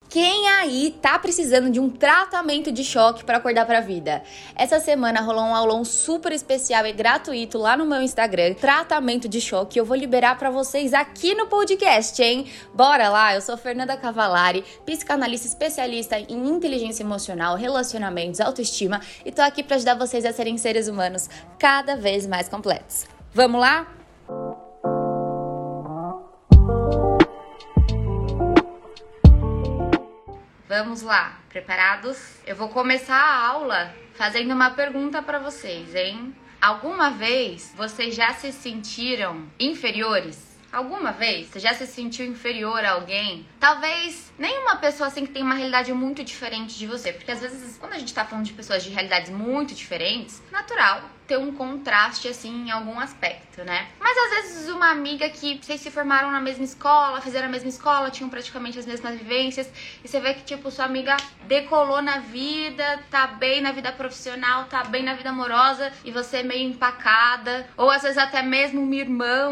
Quem aí tá precisando de um tratamento de choque para acordar pra vida? Essa semana rolou um aulão super especial e gratuito lá no meu Instagram, tratamento de choque, eu vou liberar para vocês aqui no podcast, hein? Bora lá, eu sou Fernanda Cavalari, psicanalista especialista em inteligência emocional, relacionamentos, autoestima e tô aqui para ajudar vocês a serem seres humanos cada vez mais completos. Vamos lá? Vamos lá, preparados? Eu vou começar a aula fazendo uma pergunta para vocês, hein? Alguma vez vocês já se sentiram inferiores? Alguma vez você já se sentiu inferior a alguém? Talvez nenhuma pessoa assim que tem uma realidade muito diferente de você, porque às vezes quando a gente tá falando de pessoas de realidades muito diferentes, natural ter um contraste assim em algum aspecto, né? Mas às vezes uma amiga que vocês se formaram na mesma escola, fizeram a mesma escola, tinham praticamente as mesmas vivências, e você vê que tipo sua amiga decolou na vida, tá bem na vida profissional, tá bem na vida amorosa, e você é meio empacada, ou às vezes até mesmo um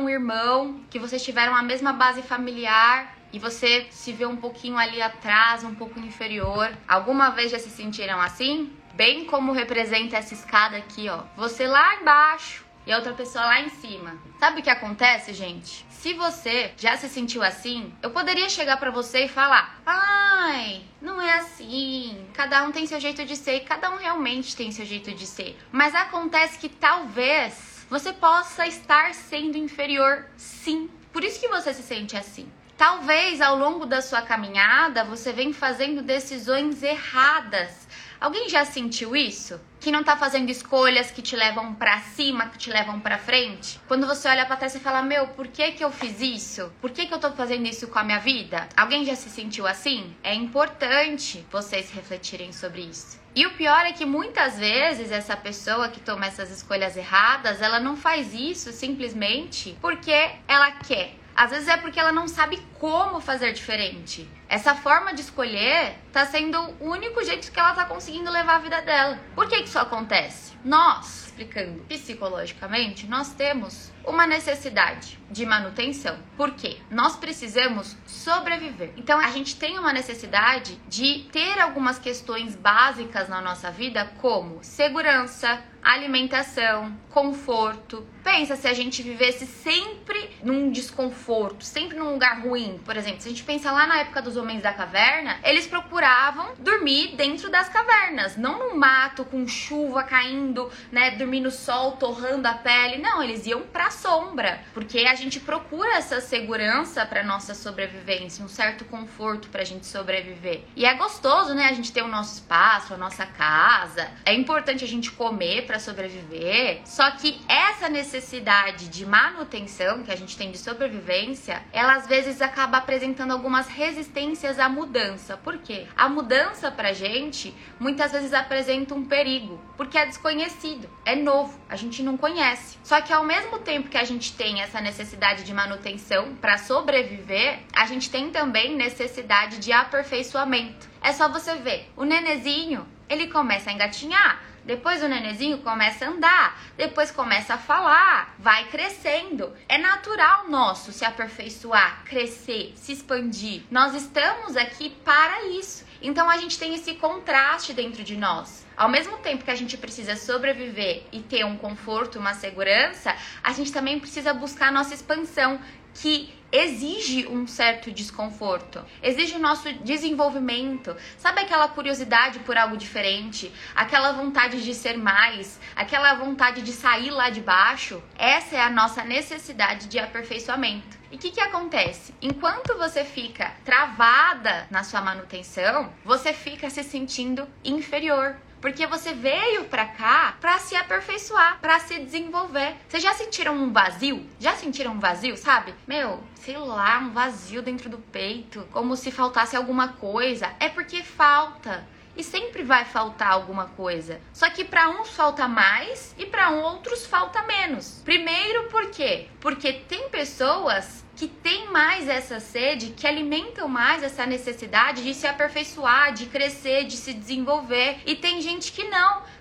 irmão, que vocês tiveram a mesma base familiar, e você se vê um pouquinho ali atrás, um pouco inferior. Alguma vez já se sentiram assim? Bem como representa essa escada aqui, ó. Você lá embaixo e a outra pessoa lá em cima. Sabe o que acontece, gente? Se você já se sentiu assim, eu poderia chegar pra você e falar: ai, não é assim. Cada um tem seu jeito de ser e cada um realmente tem seu jeito de ser. Mas acontece que talvez você possa estar sendo inferior, sim. Por isso que você se sente assim. Talvez ao longo da sua caminhada você venha fazendo decisões erradas. Alguém já sentiu isso? Que não tá fazendo escolhas que te levam pra cima, que te levam pra frente? Quando você olha pra trás e fala: meu, por que eu fiz isso? Por que eu tô fazendo isso com a minha vida? Alguém já se sentiu assim? É importante vocês refletirem sobre isso. E o pior é que muitas vezes essa pessoa que toma essas escolhas erradas, ela não faz isso simplesmente porque ela quer. Às vezes é porque ela não sabe como fazer diferente. Essa forma de escolher tá sendo o único jeito que ela tá conseguindo levar a vida dela. Por que isso acontece? Nós, explicando psicologicamente, nós temos uma necessidade de manutenção. Por quê? Nós precisamos sobreviver. Então a gente tem uma necessidade de ter algumas questões básicas na nossa vida, como segurança, alimentação, conforto. Pensa se a gente vivesse sempre num desconforto, sempre num lugar ruim. Por exemplo, se a gente pensa lá na época dos homens da caverna, eles procuravam dormir dentro das cavernas, não no mato com chuva caindo, né, dormir no sol, torrando a pele. Não, eles iam pra sombra, porque a gente procura essa segurança pra nossa sobrevivência, um certo conforto pra gente sobreviver. E é gostoso, né, a gente ter o nosso espaço, a nossa casa. É importante a gente comer pra sobreviver. Só que essa necessidade de manutenção que a gente tem de sobrevivência, ela às vezes acaba apresentando algumas resistências à mudança. Por quê? A mudança pra gente muitas vezes apresenta um perigo, porque é desconhecido, é novo, a gente não conhece. Só que ao mesmo tempo que a gente tem essa necessidade de manutenção para sobreviver, a gente tem também necessidade de aperfeiçoamento. É só você ver, o nenezinho, ele começa a engatinhar, depois o nenezinho começa a andar, depois começa a falar, vai crescendo. É natural nosso se aperfeiçoar, crescer, se expandir. Nós estamos aqui para isso. Então a gente tem esse contraste dentro de nós. Ao mesmo tempo que a gente precisa sobreviver e ter um conforto, uma segurança, a gente também precisa buscar a nossa expansão, que exige um certo desconforto, exige o nosso desenvolvimento. Sabe aquela curiosidade por algo diferente, aquela vontade de ser mais, aquela vontade de sair lá de baixo? Essa é a nossa necessidade de aperfeiçoamento. E o que acontece? Enquanto você fica travada na sua manutenção, você fica se sentindo inferior. Porque você veio pra cá pra se aperfeiçoar, pra se desenvolver. Vocês já sentiram um vazio? Já sentiram um vazio, sabe? Meu, sei lá, um vazio dentro do peito, como se faltasse alguma coisa. É porque falta. E sempre vai faltar alguma coisa. Só que para uns falta mais e para outros falta menos. Primeiro, por quê? Porque tem pessoas que têm mais essa sede, que alimentam mais essa necessidade de se aperfeiçoar, de crescer, de se desenvolver. E tem gente que não.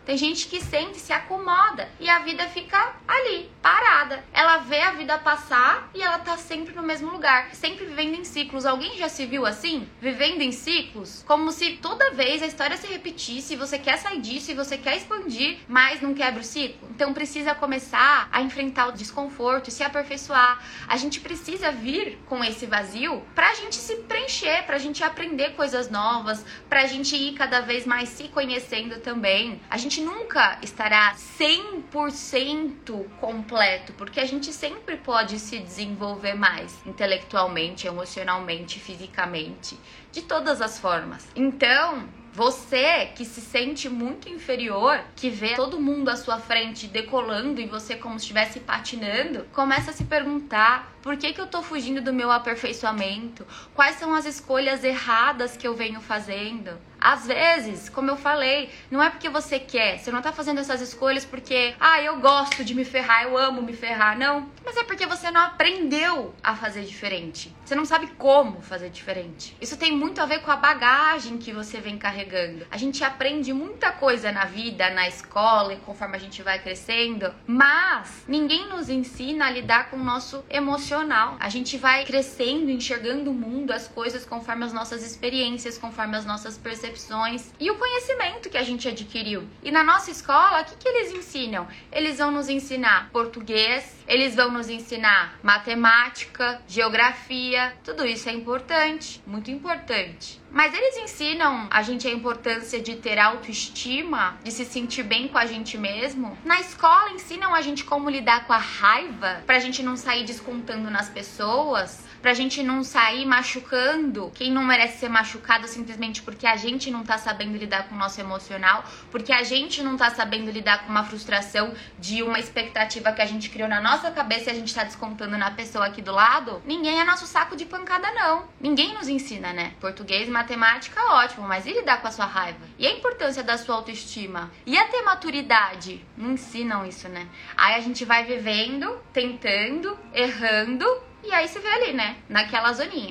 Tem gente que sente, se acomoda e a vida fica ali, parada. Ela vê a vida passar e ela tá sempre no mesmo lugar, sempre vivendo em ciclos. Alguém já se viu assim? Vivendo em ciclos? Como se toda vez a história se repetisse, você quer sair disso e você quer expandir, mas não quebra o ciclo. Então precisa começar a enfrentar o desconforto e se aperfeiçoar. A gente precisa vir com esse vazio pra gente se preencher, pra gente aprender coisas novas, pra gente ir cada vez mais se conhecendo também. A gente nunca estará 100% completo, porque a gente sempre pode se desenvolver mais intelectualmente, emocionalmente, fisicamente, de todas as formas. Então, você que se sente muito inferior, que vê todo mundo à sua frente decolando e você como se estivesse patinando, começa a se perguntar: por que eu tô fugindo do meu aperfeiçoamento? Quais são as escolhas erradas que eu venho fazendo? Às vezes, como eu falei, não é porque você quer, você não tá fazendo essas escolhas porque, eu gosto de me ferrar, eu amo me ferrar, não. Mas é porque você não aprendeu a fazer diferente. Você não sabe como fazer diferente. Isso tem muito a ver com a bagagem que você vem carregando. A gente aprende muita coisa na vida, na escola, e conforme a gente vai crescendo, mas ninguém nos ensina a lidar com o nosso emocional. A gente vai crescendo, enxergando o mundo, as coisas conforme as nossas experiências, conforme as nossas percepções e o conhecimento que a gente adquiriu. E na nossa escola, o que eles ensinam? Eles vão nos ensinar português, eles vão nos ensinar matemática, geografia, tudo isso é importante, muito importante. Mas eles ensinam a gente a importância de ter autoestima, de se sentir bem com a gente mesmo. Na escola ensinam a gente como lidar com a raiva, pra gente não sair descontando nas pessoas, pra gente não sair machucando quem não merece ser machucado simplesmente porque a gente não tá sabendo lidar com o nosso emocional, porque a gente não tá sabendo lidar com uma frustração de uma expectativa que a gente criou na nossa cabeça e a gente tá descontando na pessoa aqui do lado. Ninguém é nosso saco de pancada, não. Ninguém nos ensina, né? Português, matemática, ótimo, mas e lidar com a sua raiva? E a importância da sua autoestima? E a ter maturidade? Não ensinam isso, né? Aí a gente vai vivendo, tentando, errando, e aí você vê ali, né? Naquela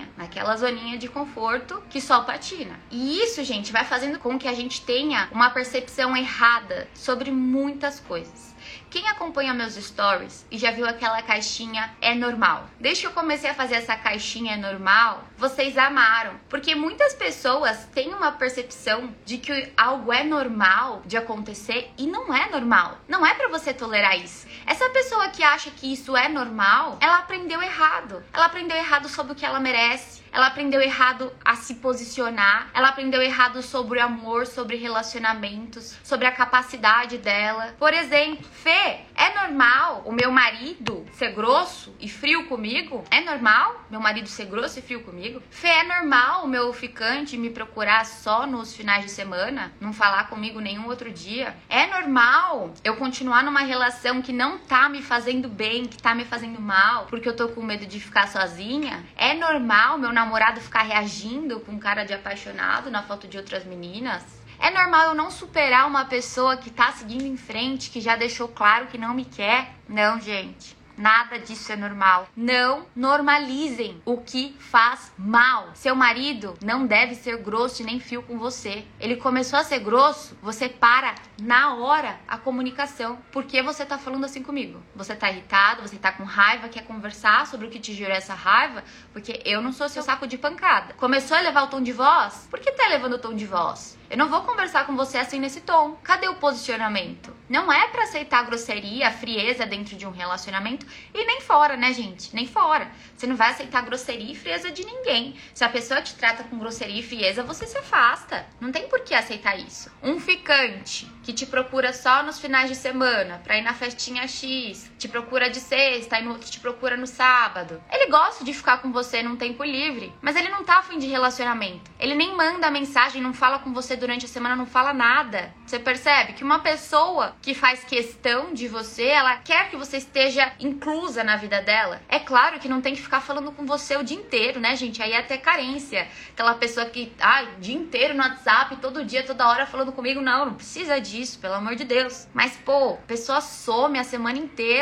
zoninha de conforto que só patina. E isso, gente, vai fazendo com que a gente tenha uma percepção errada sobre muitas coisas. Quem acompanha meus stories e já viu aquela caixinha é normal? Desde que eu comecei a fazer essa caixinha é normal, vocês amaram. Porque muitas pessoas têm uma percepção de que algo é normal de acontecer e não é normal. Não é pra você tolerar isso. Essa pessoa que acha que isso é normal, ela aprendeu errado. Ela aprendeu errado sobre o que ela merece. Ela aprendeu errado a se posicionar. Ela aprendeu errado sobre amor, sobre relacionamentos, sobre a capacidade dela. Por exemplo, Fê, é normal o meu marido ser grosso e frio comigo? É normal meu marido ser grosso e frio comigo? Fê, é normal o meu ficante me procurar só nos finais de semana? Não falar comigo nenhum outro dia? É normal eu continuar numa relação que não tá me fazendo bem, que tá me fazendo mal, porque eu tô com medo de ficar sozinha? É normal meu namorado ficar reagindo com cara de apaixonado na foto de outras meninas? É normal eu não superar uma pessoa que tá seguindo em frente, que já deixou claro que não me quer? Não, gente. Nada disso é normal. Não normalizem o que faz mal. Seu marido não deve ser grosso e nem fio com você. Ele começou a ser grosso, você para na hora a comunicação. Por que você tá falando assim comigo? Você tá irritado, você tá com raiva, quer conversar sobre o que te gerou essa raiva? Porque eu não sou seu saco de pancada. Começou a levar o tom de voz? Por que tá levando o tom de voz? Eu não vou conversar com você assim nesse tom. Cadê o posicionamento? Não é pra aceitar a grosseria, a frieza dentro de um relacionamento e nem fora, né, gente? Nem fora. Você não vai aceitar grosseria e frieza de ninguém. Se a pessoa te trata com grosseria e frieza, você se afasta. Não tem por que aceitar isso. Um ficante que te procura só nos finais de semana pra ir na festinha X, te procura de sexta e no outro te procura no sábado. Ele gosta de ficar com você num tempo livre, mas ele não tá afim de relacionamento. Ele nem manda mensagem, não fala com você durante a semana, não fala nada. Você percebe que uma pessoa que faz questão de você, ela quer que você esteja inclusa na vida dela. É claro que não tem que ficar falando com você o dia inteiro, né, gente? Aí é até carência. Aquela pessoa que, o dia inteiro no WhatsApp, todo dia, toda hora falando comigo. Não precisa disso, pelo amor de Deus. Mas, a pessoa some a semana inteira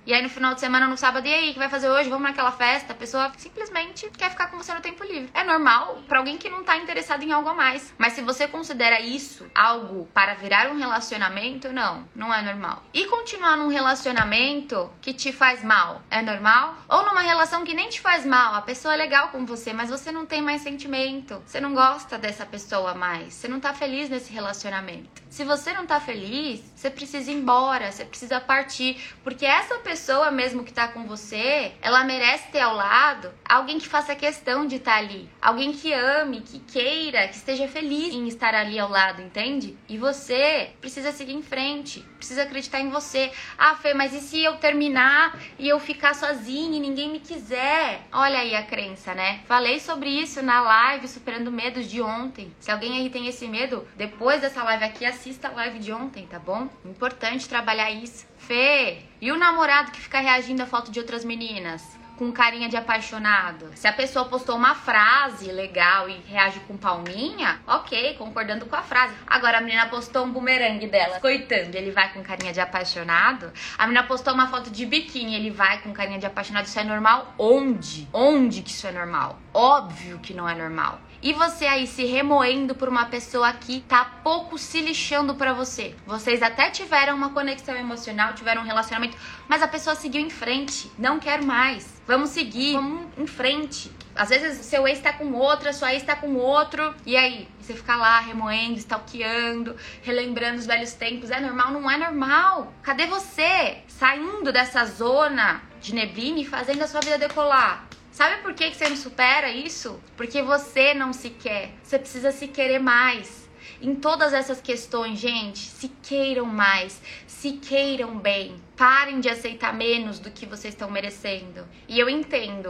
E aí no final de semana, no sábado, e aí, o que vai fazer hoje? Vamos naquela festa? A pessoa simplesmente quer ficar com você no tempo livre. É normal pra alguém que não tá interessado em algo a mais. Mas se você considera isso algo para virar um relacionamento, não é normal. E continuar num relacionamento que te faz mal, é normal? Ou numa relação que nem te faz mal, a pessoa é legal com você, mas você não tem mais sentimento. Você não gosta dessa pessoa mais. Você não tá feliz nesse relacionamento. Se você não tá feliz, você precisa ir embora, você precisa partir. Porque essa pessoa mesmo que tá com você, ela merece ter ao lado alguém que faça questão de estar ali. Alguém que ame, que queira, que esteja feliz em estar ali ao lado, entende? E você precisa seguir em frente, precisa acreditar em você. Ah, Fê, mas e se eu terminar e eu ficar sozinha e ninguém me quiser? Olha aí a crença, né? Falei sobre isso na live Superando Medos de ontem. Se alguém aí tem esse medo, depois dessa live aqui, assista a live de ontem, tá bom? Importante trabalhar isso. Fê, e o namorado que fica reagindo à foto de outras meninas? Com carinha de apaixonado. Se a pessoa postou uma frase legal e reage com palminha, ok, concordando com a frase. Agora a menina postou um bumerangue dela, coitando, ele vai com carinha de apaixonado. A menina postou uma foto de biquíni, ele vai com carinha de apaixonado. Isso é normal? Onde? Onde que isso é normal? Óbvio que não é normal. E você aí se remoendo por uma pessoa que tá pouco se lixando pra você. Vocês até tiveram uma conexão emocional, tiveram um relacionamento, mas a pessoa seguiu em frente. Não quero mais. Vamos seguir, vamos em frente. Às vezes seu ex tá com outra, sua ex tá com outro. E aí? Você fica lá remoendo, stalkeando, relembrando os velhos tempos. É normal? Não é normal. Cadê você? Saindo dessa zona de neblina e fazendo a sua vida decolar. Sabe por que você não supera isso? Porque você não se quer. Você precisa se querer mais. Em todas essas questões, gente, se queiram mais, se queiram bem. Parem de aceitar menos do que vocês estão merecendo. E eu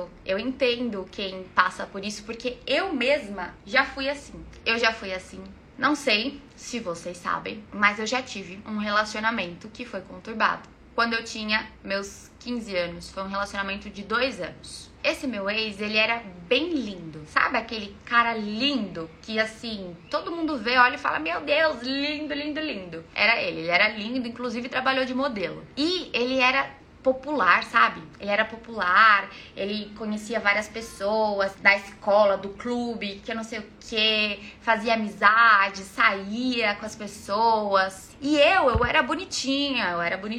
entendo quem passa por isso, porque eu mesma já fui assim. Eu já fui assim. Não sei se vocês sabem, mas eu já tive um relacionamento que foi conturbado. Quando eu tinha meus 15 anos, foi um relacionamento de 2 anos. Esse meu ex, ele era bem lindo. Sabe aquele cara lindo que, assim, todo mundo vê, olha e fala, meu Deus, lindo, lindo, lindo. Era ele era lindo, inclusive trabalhou de modelo. E ele era popular, sabe? Ele era popular, ele conhecia várias pessoas da escola, do clube, que eu não sei o que, fazia amizade, saía com as pessoas. E eu era bonitinha,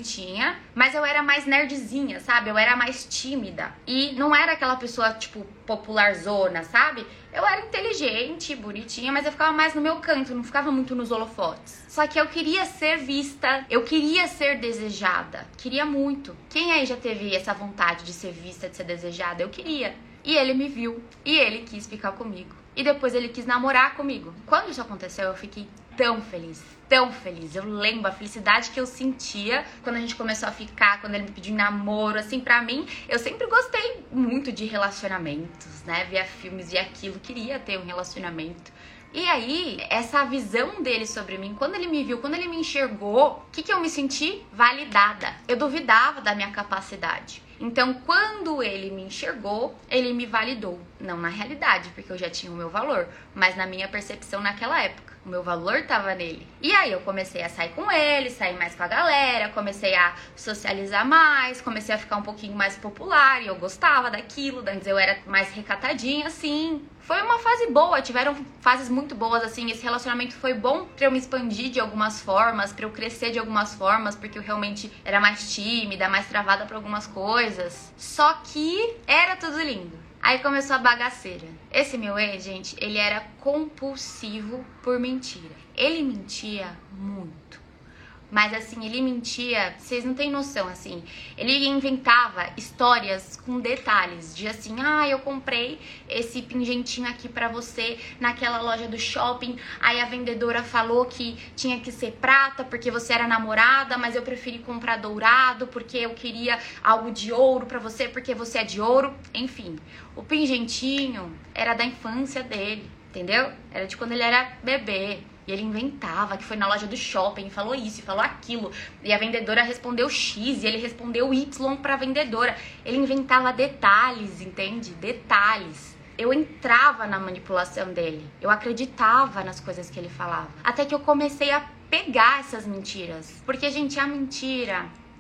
mas eu era mais nerdzinha, sabe? Eu era mais tímida. E não era aquela pessoa, tipo, popularzona, sabe? Eu era inteligente, bonitinha, mas eu ficava mais no meu canto, não ficava muito nos holofotes. Só que eu queria ser vista, eu queria ser desejada, queria muito. Quem aí já teve essa vontade de ser vista, de ser desejada? Eu queria. E ele me viu, e ele quis ficar comigo. E depois ele quis namorar comigo. Quando isso aconteceu, eu fiquei tão feliz, tão feliz. Eu lembro a felicidade que eu sentia quando a gente começou a ficar, quando ele me pediu em namoro. Assim, pra mim, eu sempre gostei muito de relacionamentos, né? Via filmes e aquilo, queria ter um relacionamento. E aí, essa visão dele sobre mim, quando ele me viu, quando ele me enxergou, o que eu me senti? Validada. Eu duvidava da minha capacidade. Então, quando ele me enxergou, ele me validou. Não na realidade, porque eu já tinha o meu valor, mas na minha percepção naquela época. O meu valor tava nele. E aí eu comecei a sair com ele, sair mais com a galera, comecei a socializar mais, comecei a ficar um pouquinho mais popular, e eu gostava daquilo, antes eu era mais recatadinha, assim. Foi uma fase boa, tiveram fases muito boas, assim, esse relacionamento foi bom pra eu me expandir de algumas formas, pra eu crescer de algumas formas, porque eu realmente era mais tímida, mais travada pra algumas coisas. Só que era tudo lindo. Aí começou a bagaceira. Esse meu ex, gente, ele era compulsivo por mentira. Ele mentia muito. Mas assim, ele mentia, vocês não têm noção, assim. Ele inventava histórias com detalhes, de assim, eu comprei esse pingentinho aqui pra você naquela loja do shopping, aí a vendedora falou que tinha que ser prata porque você era namorada, mas eu preferi comprar dourado porque eu queria algo de ouro pra você porque você é de ouro. Enfim, o pingentinho era da infância dele, entendeu? Era de quando ele era bebê. E ele inventava que foi na loja do shopping, falou isso e falou aquilo. E a vendedora respondeu X e ele respondeu Y pra vendedora. Ele inventava detalhes, entende? Detalhes. Eu entrava na manipulação dele. Eu acreditava nas coisas que ele falava. Até que eu comecei a pegar essas mentiras. Porque, gente, a mentira,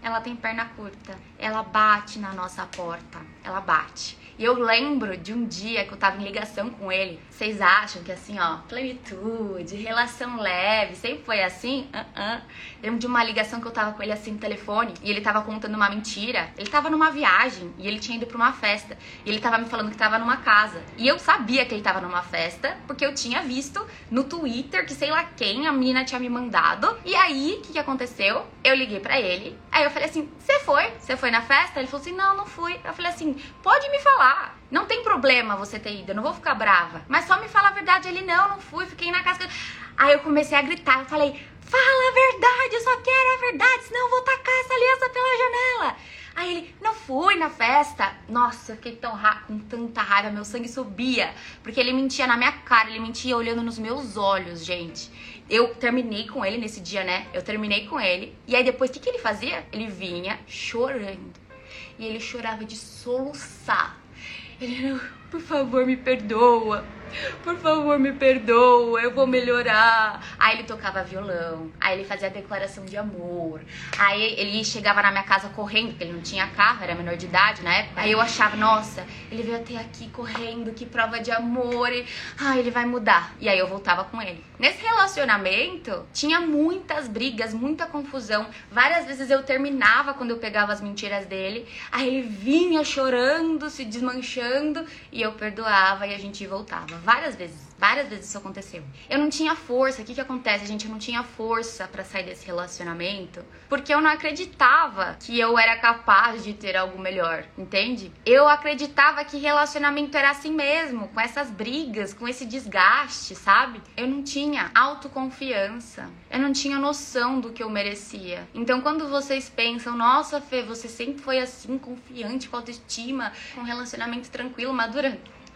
ela tem perna curta. Ela bate na nossa porta. Ela bate. E eu lembro de um dia que eu tava em ligação com ele. Vocês acham que assim, ó, plenitude, relação leve, sempre foi assim? Lembro de uma ligação que eu tava com ele assim no telefone e ele tava contando uma mentira. Ele tava numa viagem e ele tinha ido pra uma festa. E ele tava me falando que tava numa casa. E eu sabia que ele tava numa festa porque eu tinha visto no Twitter que sei lá quem a mina tinha me mandado. E aí, o que aconteceu? Eu liguei pra ele. Aí eu falei assim, você foi? Você foi na festa? Ele falou assim, não fui. Eu falei assim, pode me falar. Não tem problema você ter ido, eu não vou ficar brava. Mas só me fala a verdade. Ele, não fui, fiquei na casa. Aí eu comecei a gritar, eu falei, fala a verdade, eu só quero a verdade, senão eu vou tacar essa aliança pela janela. Aí ele, não fui na festa. Nossa, eu fiquei com tanta raiva, meu sangue subia. Porque ele mentia na minha cara, ele mentia olhando nos meus olhos, gente. Eu terminei com ele nesse dia, né? Eu terminei com ele. E aí depois, o que ele fazia? Ele vinha chorando. E ele chorava de soluçar. Ele, por favor, me perdoa. Por favor, me perdoa, eu vou melhorar. Aí ele tocava violão, aí ele fazia declaração de amor. Aí ele chegava na minha casa correndo, porque ele não tinha carro, era menor de idade na época. Aí eu achava, nossa, ele veio até aqui correndo, que prova de amor. Ele vai mudar. E aí eu voltava com ele. Nesse relacionamento, tinha muitas brigas, muita confusão. Várias vezes eu terminava quando eu pegava as mentiras dele. Aí ele vinha chorando, se desmanchando, e eu perdoava e a gente voltava. Várias vezes isso aconteceu. Eu não tinha força. O que acontece, gente? Eu não tinha força pra sair desse relacionamento porque eu não acreditava que eu era capaz de ter algo melhor, entende? Eu acreditava que relacionamento era assim mesmo, com essas brigas, com esse desgaste, sabe? Eu não tinha autoconfiança. Eu não tinha noção do que eu merecia. Então, quando vocês pensam, nossa, Fê, você sempre foi assim, confiante, com autoestima, com um relacionamento tranquilo, madura...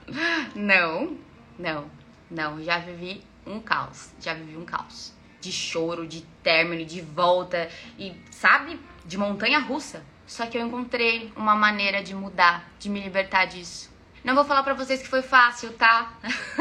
Não, já vivi um caos, de choro, de término, de volta e, sabe, de montanha russa. Só que eu encontrei uma maneira de mudar, de me libertar disso. Não vou falar pra vocês que foi fácil, tá?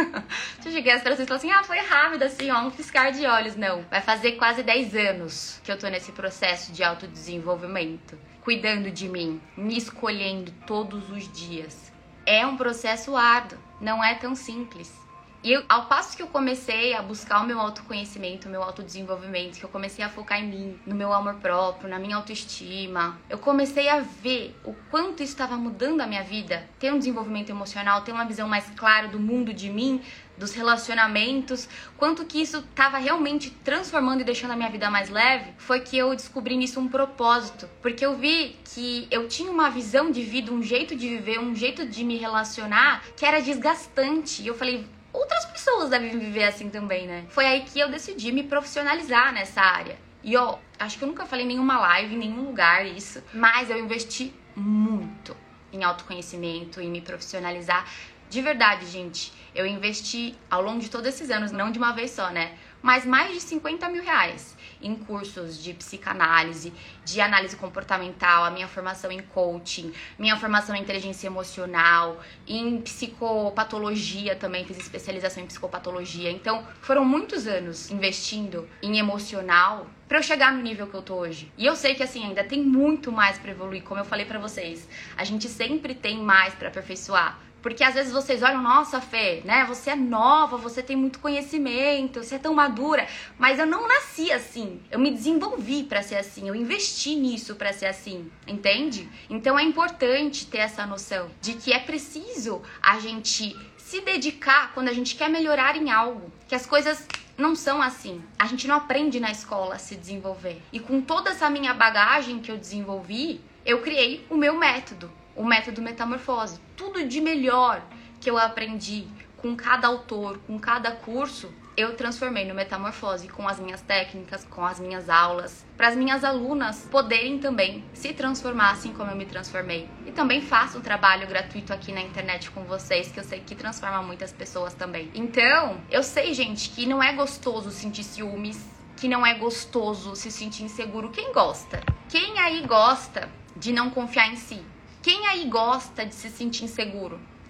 Se eu chegasse pra vocês e falar assim, foi rápido assim, um piscar de olhos. Não, vai fazer quase 10 anos que eu tô nesse processo de autodesenvolvimento, cuidando de mim, me escolhendo todos os dias. É um processo árduo, não é tão simples. E ao passo que eu comecei a buscar o meu autoconhecimento, o meu autodesenvolvimento, que eu comecei a focar em mim, no meu amor próprio, na minha autoestima, eu comecei a ver o quanto isso estava mudando a minha vida, ter um desenvolvimento emocional, ter uma visão mais clara do mundo, de mim, dos relacionamentos, quanto que isso estava realmente transformando e deixando a minha vida mais leve, foi que eu descobri nisso um propósito. Porque eu vi que eu tinha uma visão de vida, um jeito de viver, um jeito de me relacionar que era desgastante. E eu falei, outras pessoas devem viver assim também, né? Foi aí que eu decidi me profissionalizar nessa área. E eu acho que eu nunca falei em nenhuma live, em nenhum lugar isso, mas eu investi muito em autoconhecimento, em me profissionalizar. De verdade, gente, eu investi ao longo de todos esses anos, não de uma vez só, né? Mas mais de 50 mil reais em cursos de psicanálise, de análise comportamental, a minha formação em coaching, minha formação em inteligência emocional, em psicopatologia também, fiz especialização em psicopatologia. Então, foram muitos anos investindo em emocional pra eu chegar no nível que eu tô hoje. E eu sei que, assim, ainda tem muito mais pra evoluir, como eu falei pra vocês. A gente sempre tem mais pra aperfeiçoar. Porque às vezes vocês olham, nossa, Fê, né? Você é nova, você tem muito conhecimento, você é tão madura. Mas eu não nasci assim. Eu me desenvolvi pra ser assim. Eu investi nisso pra ser assim. Entende? Então é importante ter essa noção de que é preciso a gente se dedicar quando a gente quer melhorar em algo. Que as coisas não são assim. A gente não aprende na escola a se desenvolver. E com toda essa minha bagagem que eu desenvolvi, eu criei o meu método. O método Metamorfose. Tudo de melhor que eu aprendi com cada autor, com cada curso, eu transformei no Metamorfose com as minhas técnicas, com as minhas aulas, para as minhas alunas poderem também se transformar assim como eu me transformei. E também faço um trabalho gratuito aqui na internet com vocês, que eu sei que transforma muitas pessoas também. Então, eu sei, gente, que não é gostoso sentir ciúmes, que não é gostoso se sentir inseguro. Quem gosta? Quem aí gosta de não confiar em si? Quem aí gosta de se sentir inseguro?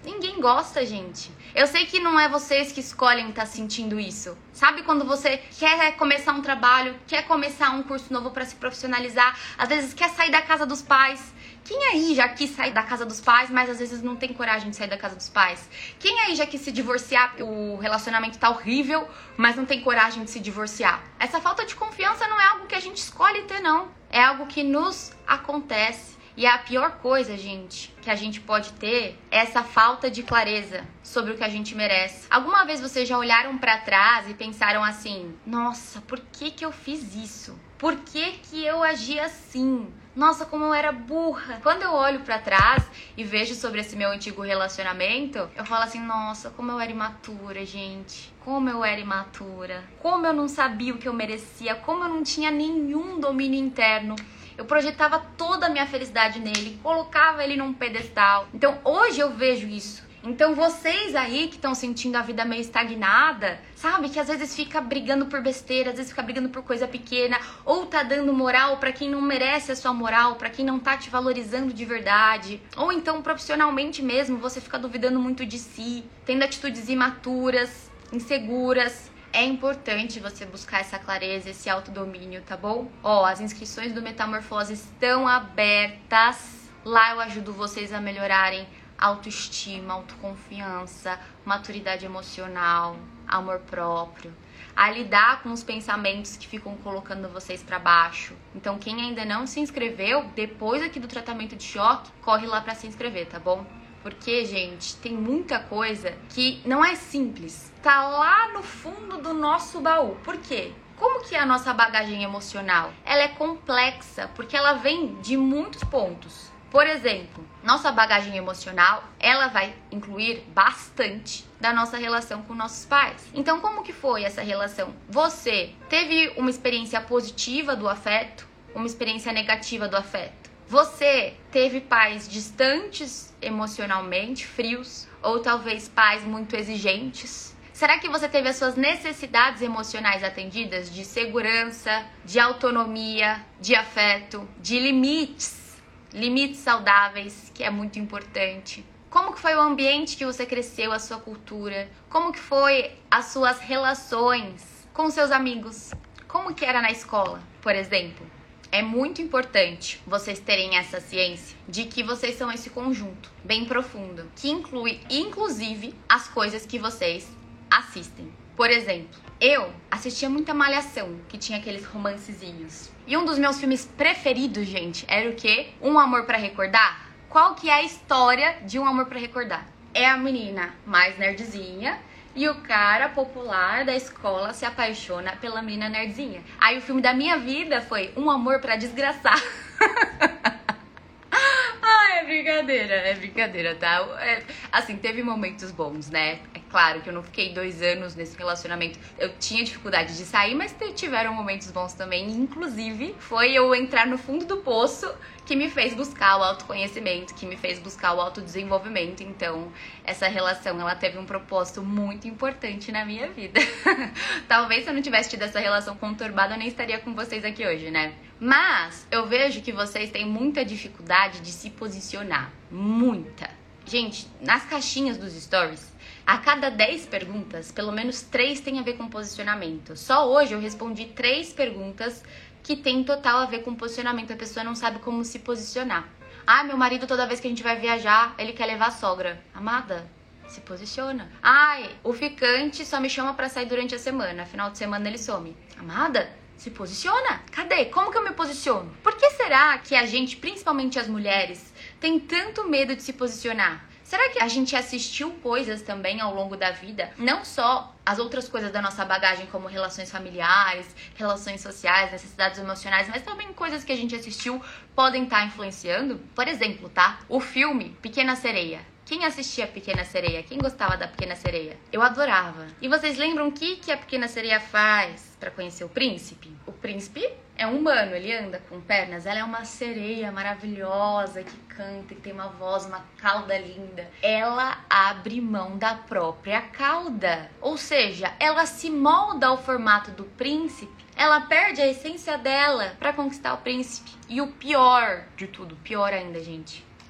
Ninguém gosta, gente. Eu sei que não é vocês que escolhem estar sentindo isso. Sabe quando você quer começar um trabalho, quer começar um curso novo para se profissionalizar, às vezes quer sair da casa dos pais. Quem aí já quis sair da casa dos pais, mas às vezes não tem coragem de sair da casa dos pais? Quem aí já quis se divorciar porque o relacionamento tá horrível, mas não tem coragem de se divorciar? Essa falta de confiança não é algo que a gente escolhe ter, não. É algo que nos acontece. E a pior coisa, gente, que a gente pode ter é essa falta de clareza sobre o que a gente merece. Alguma vez vocês já olharam pra trás e pensaram assim: nossa, por que eu fiz isso? Por que eu agi assim? Nossa, como eu era burra. Quando eu olho pra trás e vejo sobre esse meu antigo relacionamento, eu falo assim: nossa, como eu era imatura, gente. Como eu era imatura. Como eu não sabia o que eu merecia. Como eu não tinha nenhum domínio interno. Eu projetava toda a minha felicidade nele, colocava ele num pedestal. Então hoje eu vejo isso. Então vocês aí que estão sentindo a vida meio estagnada, sabe? Que às vezes fica brigando por besteira, às vezes fica brigando por coisa pequena, ou tá dando moral pra quem não merece a sua moral, pra quem não tá te valorizando de verdade. Ou então profissionalmente mesmo, você fica duvidando muito de si, tendo atitudes imaturas, inseguras. É importante você buscar essa clareza, esse autodomínio, tá bom? Ó, as inscrições do Metamorfose estão abertas. Lá eu ajudo vocês a melhorarem autoestima, autoconfiança, maturidade emocional, amor próprio, a lidar com os pensamentos que ficam colocando vocês pra baixo. Então, quem ainda não se inscreveu, depois aqui do tratamento de choque, corre lá pra se inscrever, tá bom? Porque, gente, tem muita coisa que não é simples. Tá lá no fundo do nosso baú. Por quê? Como que é a nossa bagagem emocional? Ela é complexa, porque ela vem de muitos pontos. Por exemplo, nossa bagagem emocional, ela vai incluir bastante da nossa relação com nossos pais. Então, como que foi essa relação? Você teve uma experiência positiva do afeto, uma experiência negativa do afeto? Você teve pais distantes emocionalmente, frios, ou talvez pais muito exigentes? Será que você teve as suas necessidades emocionais atendidas de segurança, de autonomia, de afeto, de limites saudáveis, que é muito importante? Como que foi o ambiente que você cresceu, a sua cultura? Como que foi as suas relações com seus amigos? Como que era na escola, por exemplo? É muito importante vocês terem essa ciência de que vocês são esse conjunto bem profundo, que inclui, inclusive, as coisas que vocês assistem. Por exemplo, eu assistia muita Malhação, que tinha aqueles romancezinhos. E um dos meus filmes preferidos, gente, era o quê? Um Amor pra Recordar. Qual que é a história de Um Amor pra Recordar? É a menina mais nerdzinha e o cara popular da escola se apaixona pela menina nerdzinha. Aí o filme da minha vida foi Um Amor pra Desgraçar. É brincadeira, tá? Assim, teve momentos bons, né? É claro que eu não fiquei 2 anos nesse relacionamento. Eu tinha dificuldade de sair, mas tiveram momentos bons também. Inclusive, foi eu entrar no fundo do poço que me fez buscar o autoconhecimento, que me fez buscar o autodesenvolvimento. Então, essa relação, ela teve um propósito muito importante na minha vida. Talvez se eu não tivesse tido essa relação conturbada, eu nem estaria com vocês aqui hoje, né? Mas eu vejo que vocês têm muita dificuldade de se posicionar. Muita. Gente, nas caixinhas dos stories, a cada 10 perguntas, pelo menos 3 tem a ver com posicionamento. Só hoje eu respondi 3 perguntas que tem total a ver com posicionamento. A pessoa não sabe como se posicionar. Ah, meu marido, toda vez que a gente vai viajar, ele quer levar a sogra. Amada, se posiciona. Ai, o ficante só me chama pra sair durante a semana. Final de semana ele some. Amada, se posiciona. Cadê? Como que eu me posiciono? Por que será que a gente, principalmente as mulheres, tem tanto medo de se posicionar? Será que a gente assistiu coisas também ao longo da vida? Não só as outras coisas da nossa bagagem, como relações familiares, relações sociais, necessidades emocionais, mas também coisas que a gente assistiu podem estar influenciando. Por exemplo, tá? O filme Pequena Sereia. Quem assistia Pequena Sereia? Quem gostava da Pequena Sereia? Eu adorava. E vocês lembram o que a Pequena Sereia faz pra conhecer o príncipe? O príncipe é um humano, ele anda com pernas. Ela é uma sereia maravilhosa que canta, que tem uma voz, uma cauda linda. Ela abre mão da própria cauda. Ou seja, ela se molda ao formato do príncipe. Ela perde a essência dela pra conquistar o príncipe. E o pior de tudo, pior ainda, gente,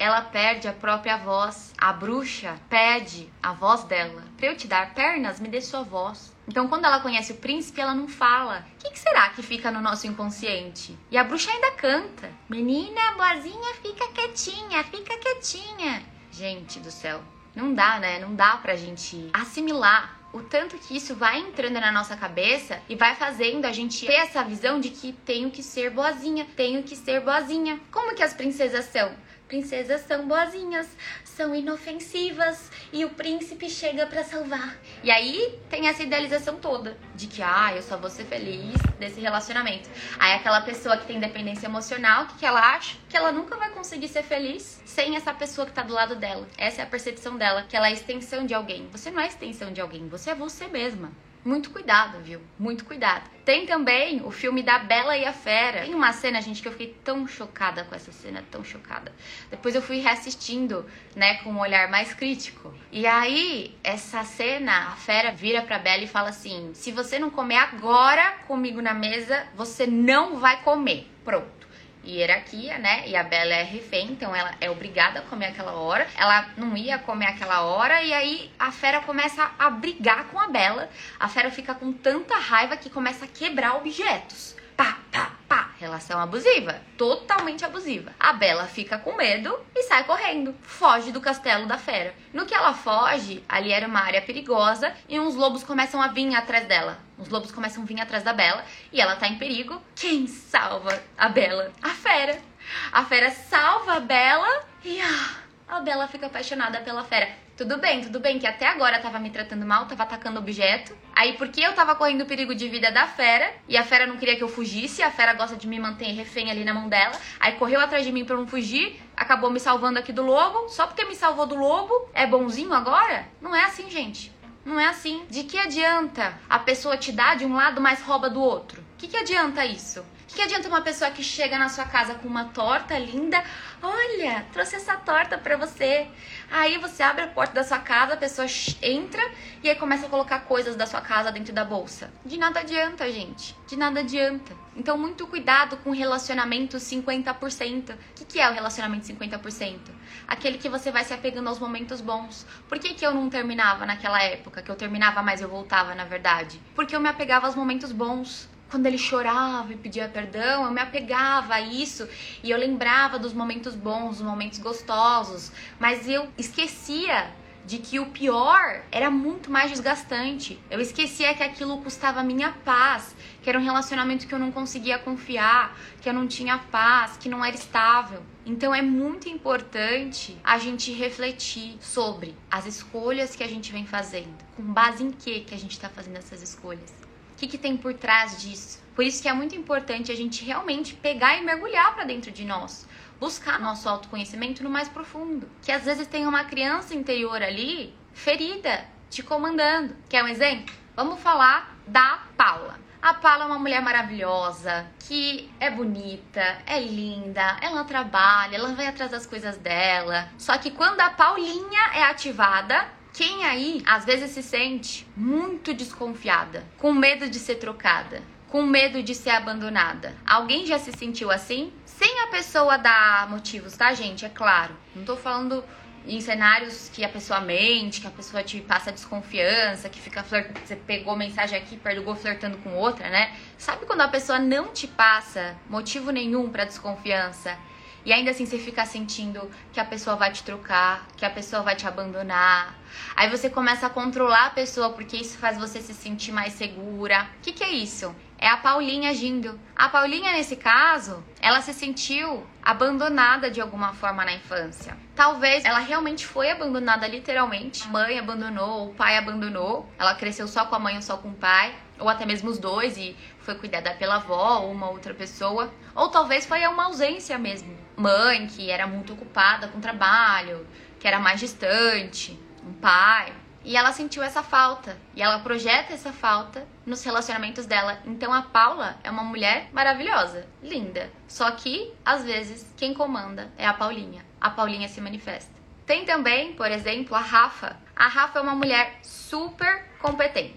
ela perde a própria voz. A bruxa pede a voz dela. Pra eu te dar pernas, me dê sua voz. Então, quando ela conhece o príncipe, ela não fala. O que será que fica no nosso inconsciente? E a bruxa ainda canta. Menina boazinha, fica quietinha, fica quietinha. Gente do céu, não dá, né? Não dá pra gente assimilar o tanto que isso vai entrando na nossa cabeça e vai fazendo a gente ter essa visão de que tenho que ser boazinha, tenho que ser boazinha. Como que as princesas são? Princesas são boazinhas, são inofensivas e o príncipe chega pra salvar. E aí tem essa idealização toda de que, eu só vou ser feliz desse relacionamento. Aí aquela pessoa que tem dependência emocional, o que ela acha? Que ela nunca vai conseguir ser feliz sem essa pessoa que tá do lado dela. Essa é a percepção dela, que ela é extensão de alguém. Você não é extensão de alguém, você é você mesma. Muito cuidado, viu? Muito cuidado. Tem também o filme da Bela e a Fera. Tem uma cena, gente, que eu fiquei tão chocada com essa cena, tão chocada. Depois eu fui reassistindo, né, com um olhar mais crítico. E aí, essa cena, a Fera vira pra Bela e fala assim: se você não comer agora comigo na mesa, você não vai comer. Pronto. Hierarquia, né? E a Bela é refém, então ela é obrigada a comer aquela hora. Ela não ia comer aquela hora e aí a Fera começa a brigar com a Bela. A Fera fica com tanta raiva que começa a quebrar objetos. Pá, pá, pá. Relação abusiva. Totalmente abusiva. A Bela fica com medo e sai correndo. Foge do castelo da Fera. No que ela foge, ali era uma área perigosa e uns lobos começam a vir atrás dela. Os lobos começam a vir atrás da Bela e ela tá em perigo. Quem salva a Bela? A Fera. A Fera salva a Bela e a Bela fica apaixonada pela Fera. Tudo bem, que até agora tava me tratando mal, tava atacando objeto. Aí porque eu tava correndo perigo de vida da Fera e a Fera não queria que eu fugisse, a Fera gosta de me manter refém ali na mão dela. Aí correu atrás de mim pra eu não fugir, acabou me salvando aqui do lobo. Só porque me salvou do lobo, é bonzinho agora? Não é assim, gente. Não é assim. De que adianta a pessoa te dar de um lado, mas rouba do outro? O que adianta isso? O que adianta uma pessoa que chega na sua casa com uma torta linda? Olha, trouxe essa torta pra você. Aí você abre a porta da sua casa, a pessoa entra e aí começa a colocar coisas da sua casa dentro da bolsa. De nada adianta, gente. De nada adianta. Então, muito cuidado com o relacionamento 50%. O que é o relacionamento 50%? Aquele que você vai se apegando aos momentos bons. Por que eu não terminava naquela época? Que eu terminava, mas eu voltava, na verdade? Porque eu me apegava aos momentos bons. Quando ele chorava e pedia perdão, eu me apegava a isso e eu lembrava dos momentos bons, dos momentos gostosos, mas eu esquecia de que o pior era muito mais desgastante. Eu esquecia que aquilo custava a minha paz, que era um relacionamento que eu não conseguia confiar, que eu não tinha paz, que não era estável. Então é muito importante a gente refletir sobre as escolhas que a gente vem fazendo. Com base em que a gente está fazendo essas escolhas? O que tem por trás disso? Por isso que é muito importante a gente realmente pegar e mergulhar para dentro de nós. Buscar nosso autoconhecimento no mais profundo. Que às vezes tem uma criança interior ali, ferida, te comandando. Quer um exemplo? Vamos falar da Paula. A Paula é uma mulher maravilhosa, que é bonita, é linda, ela trabalha, ela vai atrás das coisas dela. Só que quando a Paulinha é ativada, quem aí às vezes se sente muito desconfiada, com medo de ser trocada, com medo de ser abandonada? Alguém já se sentiu assim? Sem a pessoa dar motivos, tá, gente? É claro. Não tô falando em cenários que a pessoa mente, que a pessoa te passa desconfiança, que fica flertando, você pegou mensagem aqui, pegou flertando com outra, né? Sabe quando a pessoa não te passa motivo nenhum pra desconfiança? E ainda assim você fica sentindo que a pessoa vai te trocar, que a pessoa vai te abandonar. Aí você começa a controlar a pessoa porque isso faz você se sentir mais segura. O que é isso? É a Paulinha agindo. A Paulinha, nesse caso, ela se sentiu abandonada de alguma forma na infância. Talvez ela realmente foi abandonada literalmente. A mãe abandonou, o pai abandonou. Ela cresceu só com a mãe ou só com o pai. Ou até mesmo os dois e foi cuidada pela avó ou uma outra pessoa. Ou talvez foi uma ausência mesmo. Mãe que era muito ocupada com trabalho, que era mais distante, um pai. E ela sentiu essa falta. E ela projeta essa falta nos relacionamentos dela. Então a Paula é uma mulher maravilhosa, linda. Só que, às vezes, quem comanda é a Paulinha. A Paulinha se manifesta. Tem também, por exemplo, a Rafa. A Rafa é uma mulher super competente.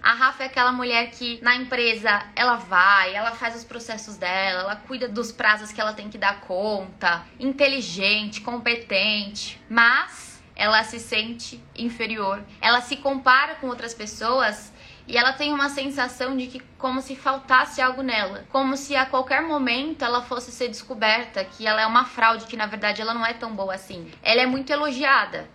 A Rafa é aquela mulher que na empresa ela vai, ela faz os processos dela, ela cuida dos prazos que ela tem que dar conta, inteligente, competente, mas ela se sente inferior. Ela se compara com outras pessoas e ela tem uma sensação de que como se faltasse algo nela, como se a qualquer momento ela fosse ser descoberta, que ela é uma fraude, que na verdade ela não é tão boa assim. Ela é muito elogiada,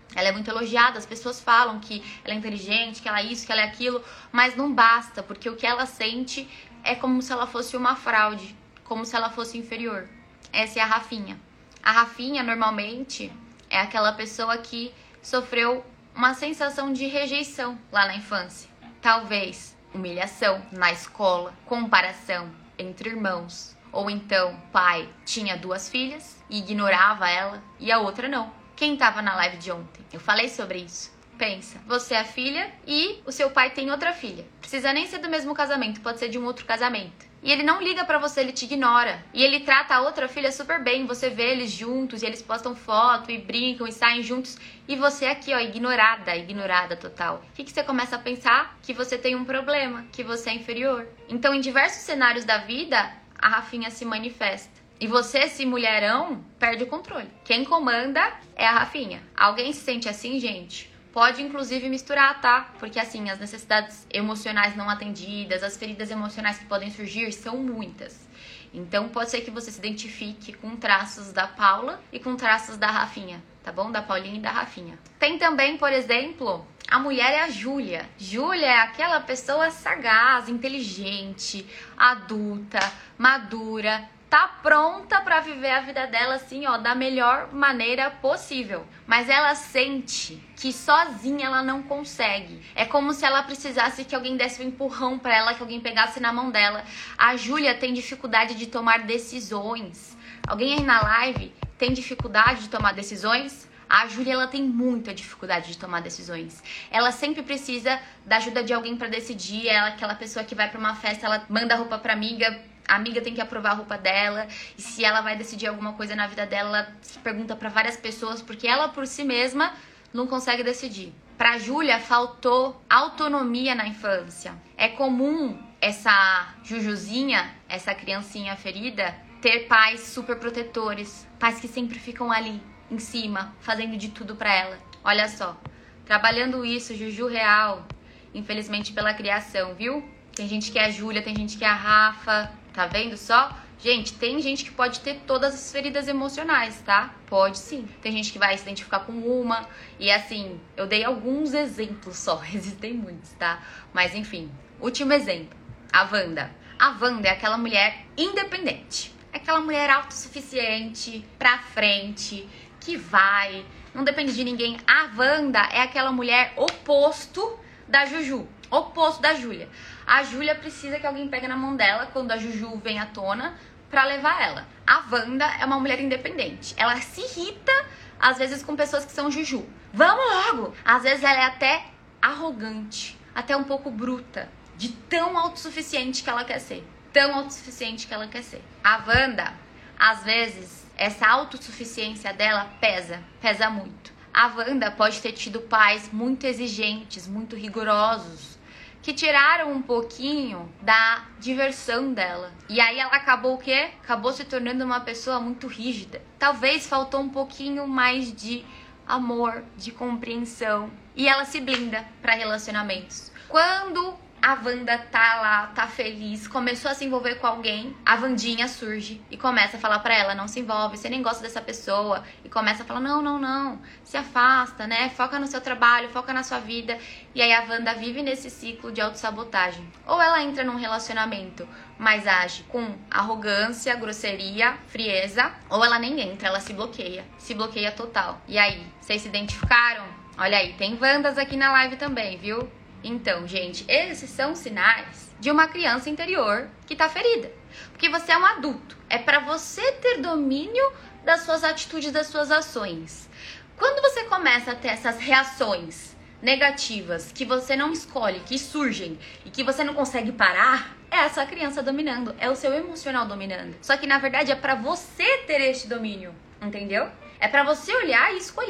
as pessoas falam que ela é inteligente, que ela é isso, que ela é aquilo, mas não basta, porque o que ela sente é como se ela fosse uma fraude, como se ela fosse inferior. Essa é a Rafinha. A Rafinha normalmente é aquela pessoa que sofreu uma sensação de rejeição lá na infância. Talvez humilhação na escola, comparação entre irmãos. Ou então, pai tinha 2 filhas e ignorava ela e a outra não. Quem tava na live de ontem? Eu falei sobre isso. Pensa, você é a filha e o seu pai tem outra filha. Precisa nem ser do mesmo casamento, pode ser de um outro casamento. E ele não liga pra você, ele te ignora. E ele trata a outra filha super bem. Você vê eles juntos e eles postam foto e brincam e saem juntos. E você aqui, ó, ignorada total. O que você começa a pensar? Que você tem um problema, que você é inferior. Então, em diversos cenários da vida, a Rafinha se manifesta. E você, esse mulherão, perde o controle. Quem comanda é a Rafinha. Alguém se sente assim, gente? Pode, inclusive, misturar, tá? Porque, assim, as necessidades emocionais não atendidas, as feridas emocionais que podem surgir são muitas. Então, pode ser que você se identifique com traços da Paula e com traços da Rafinha, tá bom? Da Paulinha e da Rafinha. Tem também, por exemplo, a mulher é a Júlia. Júlia é aquela pessoa sagaz, inteligente, adulta, madura, tá pronta pra viver a vida dela assim, ó, da melhor maneira possível. Mas ela sente que sozinha ela não consegue. É como se ela precisasse que alguém desse um empurrão pra ela, que alguém pegasse na mão dela. A Júlia tem dificuldade de tomar decisões. Alguém aí na live tem dificuldade de tomar decisões? A Júlia, ela tem muita dificuldade de tomar decisões. Ela sempre precisa da ajuda de alguém pra decidir. Ela é aquela pessoa que vai pra uma festa, ela manda a roupa pra amiga, a amiga tem que aprovar a roupa dela. E se ela vai decidir alguma coisa na vida dela, ela pergunta pra várias pessoas, porque ela por si mesma não consegue decidir. Pra Júlia, faltou autonomia na infância. É comum essa Jujuzinha, essa criancinha ferida, ter pais super protetores. Pais que sempre ficam ali, em cima, fazendo de tudo pra ela. Olha só, trabalhando isso, Juju real, infelizmente pela criação, viu? Tem gente que é a Júlia, tem gente que é a Rafa, tá vendo só? Gente, tem gente que pode ter todas as feridas emocionais, tá? Pode sim. Tem gente que vai se identificar com uma. E assim, eu dei alguns exemplos só, existem muitos, tá? Mas enfim, último exemplo, a Wanda. A Wanda é aquela mulher independente. É aquela mulher autossuficiente, pra frente, que vai, não depende de ninguém. A Wanda é aquela mulher oposto da Juju, oposto da Júlia. A Júlia precisa que alguém pegue na mão dela quando a Juju vem à tona pra levar ela. A Wanda é uma mulher independente. Ela se irrita, às vezes, com pessoas que são Juju. Vamos logo! Às vezes ela é até arrogante, até um pouco bruta, de tão autossuficiente que ela quer ser. Tão autossuficiente que ela quer ser. A Wanda, às vezes, essa autossuficiência dela pesa muito. A Wanda pode ter tido pais muito exigentes, muito rigorosos, que tiraram um pouquinho da diversão dela. E aí ela acabou o quê? Acabou se tornando uma pessoa muito rígida. Talvez faltou um pouquinho mais de amor, de compreensão. E ela se blinda para relacionamentos. Quando a Wanda tá lá, tá feliz, começou a se envolver com alguém, a Wandinha surge e começa a falar pra ela, não se envolve, você nem gosta dessa pessoa. E começa a falar, não, se afasta, né? Foca no seu trabalho, foca na sua vida. E aí a Wanda vive nesse ciclo de autossabotagem. Ou ela entra num relacionamento, mas age com arrogância, grosseria, frieza, ou ela nem entra, ela se bloqueia total. E aí, vocês se identificaram? Olha aí, tem Wandas aqui na live também, viu? Então, gente, esses são sinais de uma criança interior que tá ferida. Porque você é um adulto. É pra você ter domínio das suas atitudes, das suas ações. Quando você começa a ter essas reações negativas que você não escolhe, que surgem e que você não consegue parar, é essa criança dominando, é o seu emocional dominando. Só que, na verdade, é pra você ter este domínio, entendeu? É pra você olhar e escolher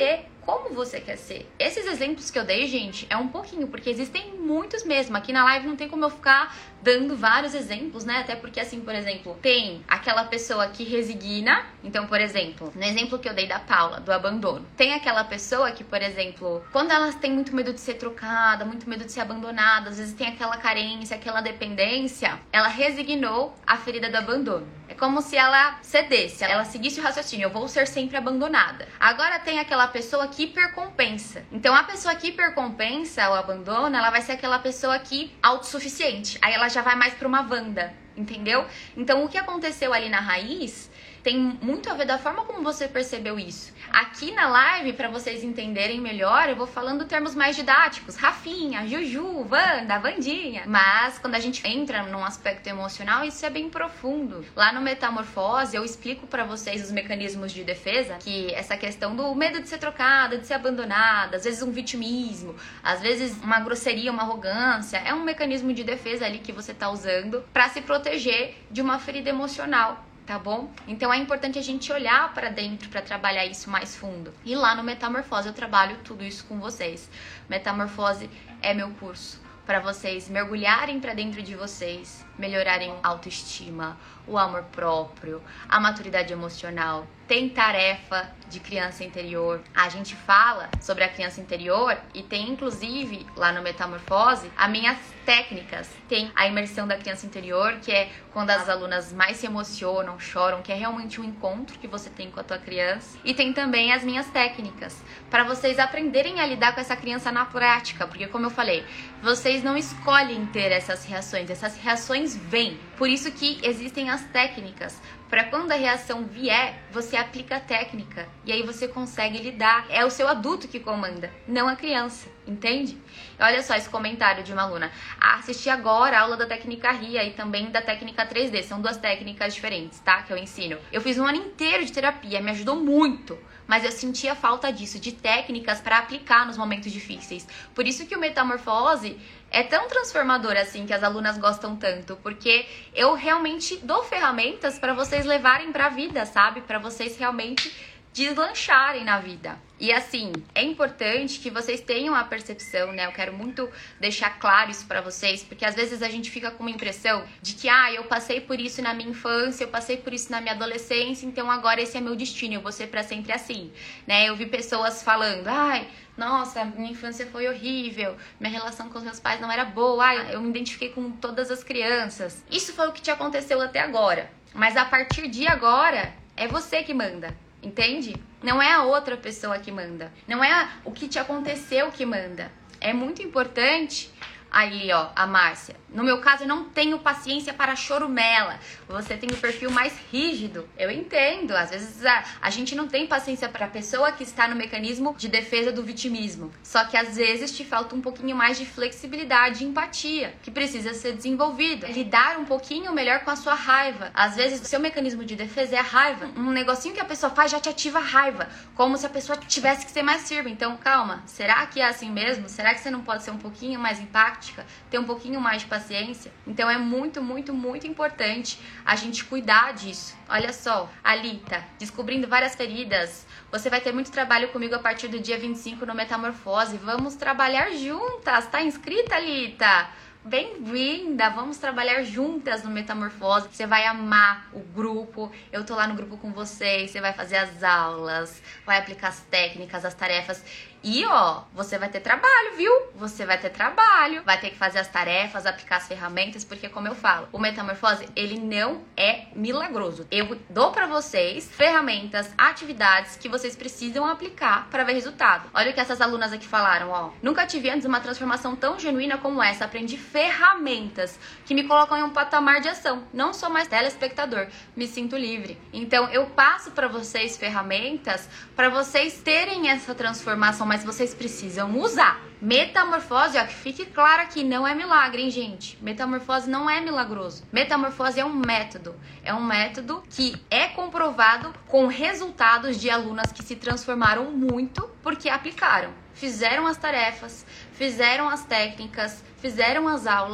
como você quer ser. Esses exemplos que eu dei, gente, é um pouquinho, porque existem muitos mesmo. Aqui na live não tem como eu ficar dando vários exemplos, né? Até porque, assim, por exemplo, tem aquela pessoa que resigna. Então, por exemplo, no exemplo que eu dei da Paula, do abandono. Tem aquela pessoa que, por exemplo, quando elas têm muito medo de ser trocada, muito medo de ser abandonada, às vezes tem aquela carência, aquela dependência, ela resignou a ferida do abandono. É como se ela cedesse, ela seguisse o raciocínio, eu vou ser sempre abandonada. Agora tem aquela pessoa que hipercompensa. Então a pessoa que hipercompensa o abandono, ela vai ser aquela pessoa que autossuficiente. Aí ela já vai mais pra uma Wanda, entendeu? Então o que aconteceu ali na raiz tem muito a ver da forma como você percebeu isso. Aqui na live, para vocês entenderem melhor, eu vou falando termos mais didáticos. Rafinha, Juju, Wanda, Vandinha. Mas quando a gente entra num aspecto emocional, isso é bem profundo. Lá no Metamorfose, eu explico para vocês os mecanismos de defesa, que essa questão do medo de ser trocada, de ser abandonada, às vezes um vitimismo, às vezes uma grosseria, uma arrogância, é um mecanismo de defesa ali que você tá usando para se proteger de uma ferida emocional. Tá bom? Então é importante a gente olhar para dentro para trabalhar isso mais fundo. E lá no Metamorfose eu trabalho tudo isso com vocês. Metamorfose é meu curso para vocês mergulharem para dentro de vocês, melhorarem a autoestima, o amor próprio, a maturidade emocional. Tem tarefa de criança interior. A gente fala sobre a criança interior e tem inclusive lá no Metamorfose as minhas técnicas. Tem a imersão da criança interior, que é quando as alunas mais se emocionam, choram, que é realmente um encontro que você tem com a tua criança. E tem também as minhas técnicas para vocês aprenderem a lidar com essa criança na prática, porque como eu falei, vocês não escolhem ter essas reações vêm. Por isso que existem as técnicas. Para quando a reação vier, você aplica a técnica e aí você consegue lidar. É o seu adulto que comanda, não a criança, entende? Olha só esse comentário de uma aluna. Assisti agora a aula da técnica RIA e também da técnica 3D. São duas técnicas diferentes, tá? Que eu ensino. Eu fiz um ano inteiro de terapia, me ajudou muito. Mas eu sentia falta disso, de técnicas para aplicar nos momentos difíceis. Por isso que o Metamorfose é tão transformador assim, que as alunas gostam tanto, porque eu realmente dou ferramentas para vocês levarem para a vida, sabe? Para vocês realmente deslancharem na vida. E assim, é importante que vocês tenham a percepção, né? Eu quero muito deixar claro isso pra vocês, porque às vezes a gente fica com uma impressão de que, eu passei por isso na minha infância, eu passei por isso na minha adolescência, então agora esse é meu destino, eu vou ser pra sempre assim, né? Eu vi pessoas falando, nossa, minha infância foi horrível, minha relação com os meus pais não era boa, eu me identifiquei com todas as crianças. Isso foi o que te aconteceu até agora, mas a partir de agora, é você que manda. Entende? Não é a outra pessoa que manda. Não é o que te aconteceu que manda. É muito importante. Aí, ó, a Márcia. No meu caso, eu não tenho paciência para chorumela. Você tem o perfil mais rígido. Eu entendo. Às vezes a gente não tem paciência para a pessoa que está no mecanismo de defesa do vitimismo. Só que às vezes te falta um pouquinho mais de flexibilidade e empatia, que precisa ser desenvolvido. Lidar um pouquinho melhor com a sua raiva. Às vezes o seu mecanismo de defesa é a raiva. Um negocinho que a pessoa faz já te ativa a raiva. Como se a pessoa tivesse que ser mais firme. Então, calma. Será que é assim mesmo? Será que você não pode ser um pouquinho mais empático? Ter um pouquinho mais de paciência. Então é muito, muito, muito importante a gente cuidar disso. Olha só, Alita, descobrindo várias feridas. Você vai ter muito trabalho comigo a partir do dia 25 no Metamorfose. Vamos trabalhar juntas. Tá inscrita, Alita? Bem-vinda! Vamos trabalhar juntas no Metamorfose. Você vai amar o grupo. Eu tô lá no grupo com vocês. Você vai fazer as aulas, vai aplicar as técnicas, as tarefas. E ó, você vai ter trabalho, viu? Você vai ter trabalho, vai ter que fazer as tarefas, aplicar as ferramentas, porque como eu falo, o Metamorfose, ele não é milagroso. Eu dou pra vocês ferramentas, atividades que vocês precisam aplicar para ver resultado. Olha o que essas alunas aqui falaram, ó. Nunca tive antes uma transformação tão genuína como essa. Aprendi ferramentas que me colocam em um patamar de ação. Não sou mais telespectador, me sinto livre. Então eu passo pra vocês ferramentas para vocês terem essa transformação, mas vocês precisam usar. Metamorfose, ó, que fique claro aqui, não é milagre, hein, gente? Metamorfose não é milagroso. Metamorfose é um método. É um método que é comprovado com resultados de alunas que se transformaram muito porque aplicaram. Fizeram as tarefas, fizeram as técnicas, fizeram as aulas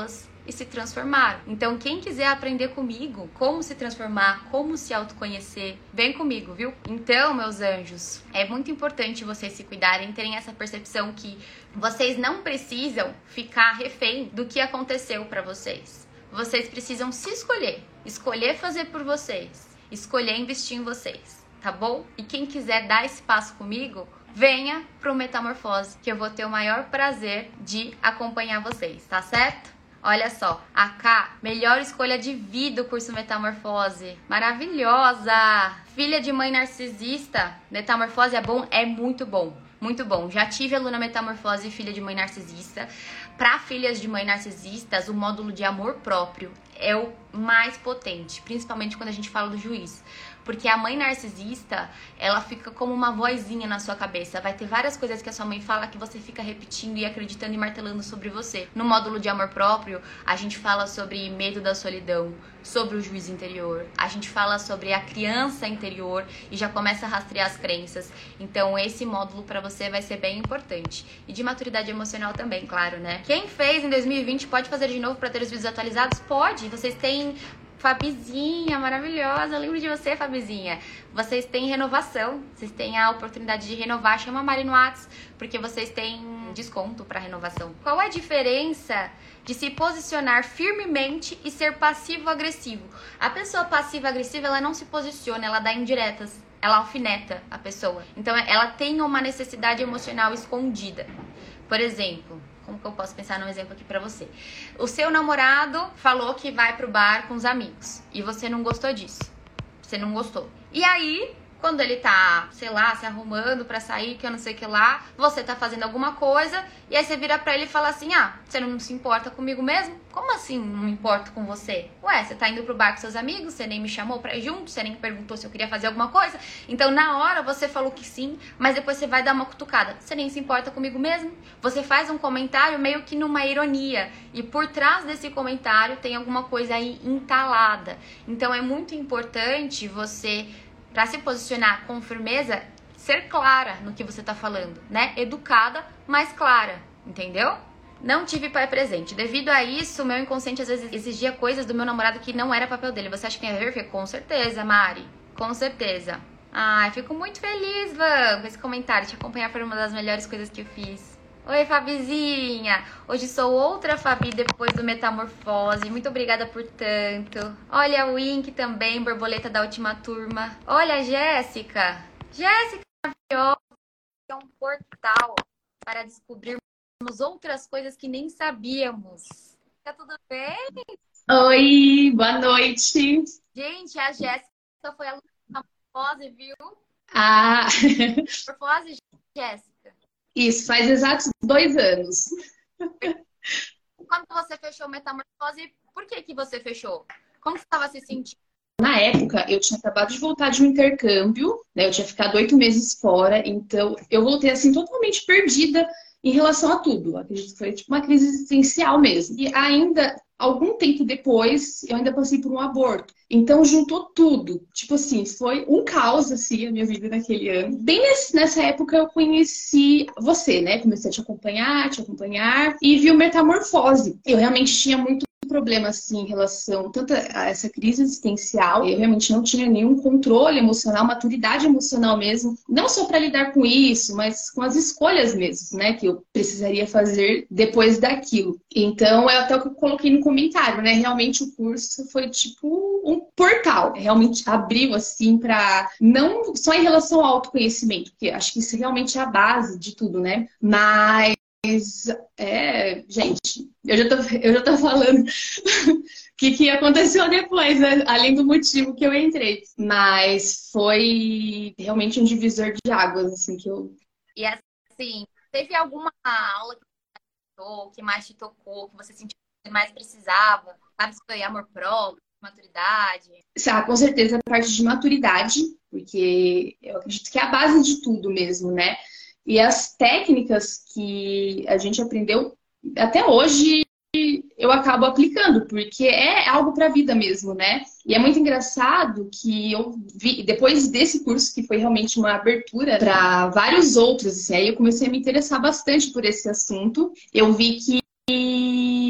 e se transformaram. Então, quem quiser aprender comigo como se transformar, como se autoconhecer, vem comigo, viu? Então, meus anjos, é muito importante vocês se cuidarem, terem essa percepção que vocês não precisam ficar refém do que aconteceu pra vocês. Vocês precisam se escolher fazer por vocês, escolher investir em vocês, tá bom? E quem quiser dar esse passo comigo, venha pro Metamorfose, que eu vou ter o maior prazer de acompanhar vocês, tá certo? Olha só, a K, melhor escolha de vida o curso Metamorfose. Maravilhosa! Filha de mãe narcisista, Metamorfose é bom? É muito bom. Muito bom. Já tive aluna Metamorfose e filha de mãe narcisista. Para filhas de mãe narcisistas, o módulo de amor próprio é o mais potente, principalmente quando a gente fala do juiz. Porque a mãe narcisista, ela fica como uma vozinha na sua cabeça. Vai ter várias coisas que a sua mãe fala que você fica repetindo e acreditando e martelando sobre você. No módulo de amor próprio, a gente fala sobre medo da solidão, sobre o juiz interior. A gente fala sobre a criança interior e já começa a rastrear as crenças. Então, esse módulo pra você vai ser bem importante. E de maturidade emocional também, claro, né? Quem fez em 2020 pode fazer de novo pra ter os vídeos atualizados? Pode. Vocês têm... Fabizinha, maravilhosa, lembro de você, Fabizinha. Vocês têm renovação, vocês têm a oportunidade de renovar. Chama a Mari no Whats, porque vocês têm desconto para renovação. Qual é a diferença de se posicionar firmemente e ser passivo-agressivo? A pessoa passiva-agressiva, ela não se posiciona, ela dá indiretas, ela alfineta a pessoa. Então, ela tem uma necessidade emocional escondida. Por exemplo... Como que eu posso pensar num exemplo aqui pra você? O seu namorado falou que vai pro bar com os amigos e você não gostou disso. Você não gostou. E aí, quando ele tá, sei lá, se arrumando pra sair, que eu não sei o que lá, você tá fazendo alguma coisa e aí você vira pra ele e fala assim: ah, você não se importa comigo mesmo? Como assim não me importo com você? Ué, você tá indo pro bar com seus amigos, você nem me chamou pra ir junto, você nem perguntou se eu queria fazer alguma coisa. Então, na hora, você falou que sim, mas depois você vai dar uma cutucada. Você nem se importa comigo mesmo? Você faz um comentário meio que numa ironia. E por trás desse comentário tem alguma coisa aí entalada. Então, é muito importante você... Pra se posicionar com firmeza, ser clara no que você tá falando, né? Educada, mas clara, entendeu? Não tive pai presente. Devido a isso, meu inconsciente às vezes exigia coisas do meu namorado que não era papel dele. Você acha que tem a ver? Com certeza, Mari. Com certeza. Ai, fico muito feliz, Van, com esse comentário. Te acompanhar foi uma das melhores coisas que eu fiz. Oi, Fabizinha! Hoje sou outra Fabi depois do Metamorfose. Muito obrigada por tanto. Olha o Wink também, borboleta da última turma. Olha a Jéssica. Jéssica, maravilhosa. É um portal para descobrirmos outras coisas que nem sabíamos. Tá tudo bem? Oi, boa noite. Gente, a Jéssica foi aluna da Metamorfose, viu? Ah, Metamorfose, Jéssica. isso, faz exatos 2 anos. Quando você fechou Metamorfose, por que você fechou? Como você estava se sentindo? Na época, eu tinha acabado de voltar de um intercâmbio, né? Eu tinha ficado 8 meses fora, então eu voltei assim totalmente perdida em relação a tudo. Eu acredito que foi tipo uma crise existencial mesmo. E ainda, algum tempo depois, eu ainda passei por um aborto. Então juntou tudo. Tipo assim, foi um caos assim a minha vida naquele ano. Bem nessa época eu conheci você, né? Comecei a te acompanhar e vi o Metamorfose. Eu realmente tinha muito problema assim em relação tanto a essa crise existencial. Eu realmente não tinha nenhum controle emocional, maturidade emocional mesmo, não só para lidar com isso, mas com as escolhas mesmo, né, que eu precisaria fazer depois daquilo. Então, é até o que eu coloquei no comentário, né? Realmente o curso foi tipo um portal, realmente abriu assim para não só em relação ao autoconhecimento, porque acho que isso realmente é a base de tudo, né? Mas gente, eu já tô falando o que aconteceu depois, né? Além do motivo que eu entrei. Mas foi realmente um divisor de águas, assim, que eu... E assim, teve alguma aula que mais te tocou, que você sentiu que você mais precisava? Sabe, se foi amor próprio, maturidade? Com certeza a parte de maturidade, porque eu acredito que é a base de tudo mesmo, né? E as técnicas que a gente aprendeu até hoje eu acabo aplicando, porque é algo para a vida mesmo, né? E é muito engraçado que eu vi, depois desse curso, que foi realmente uma abertura para vários outros, assim, aí eu comecei a me interessar bastante por esse assunto. Eu vi que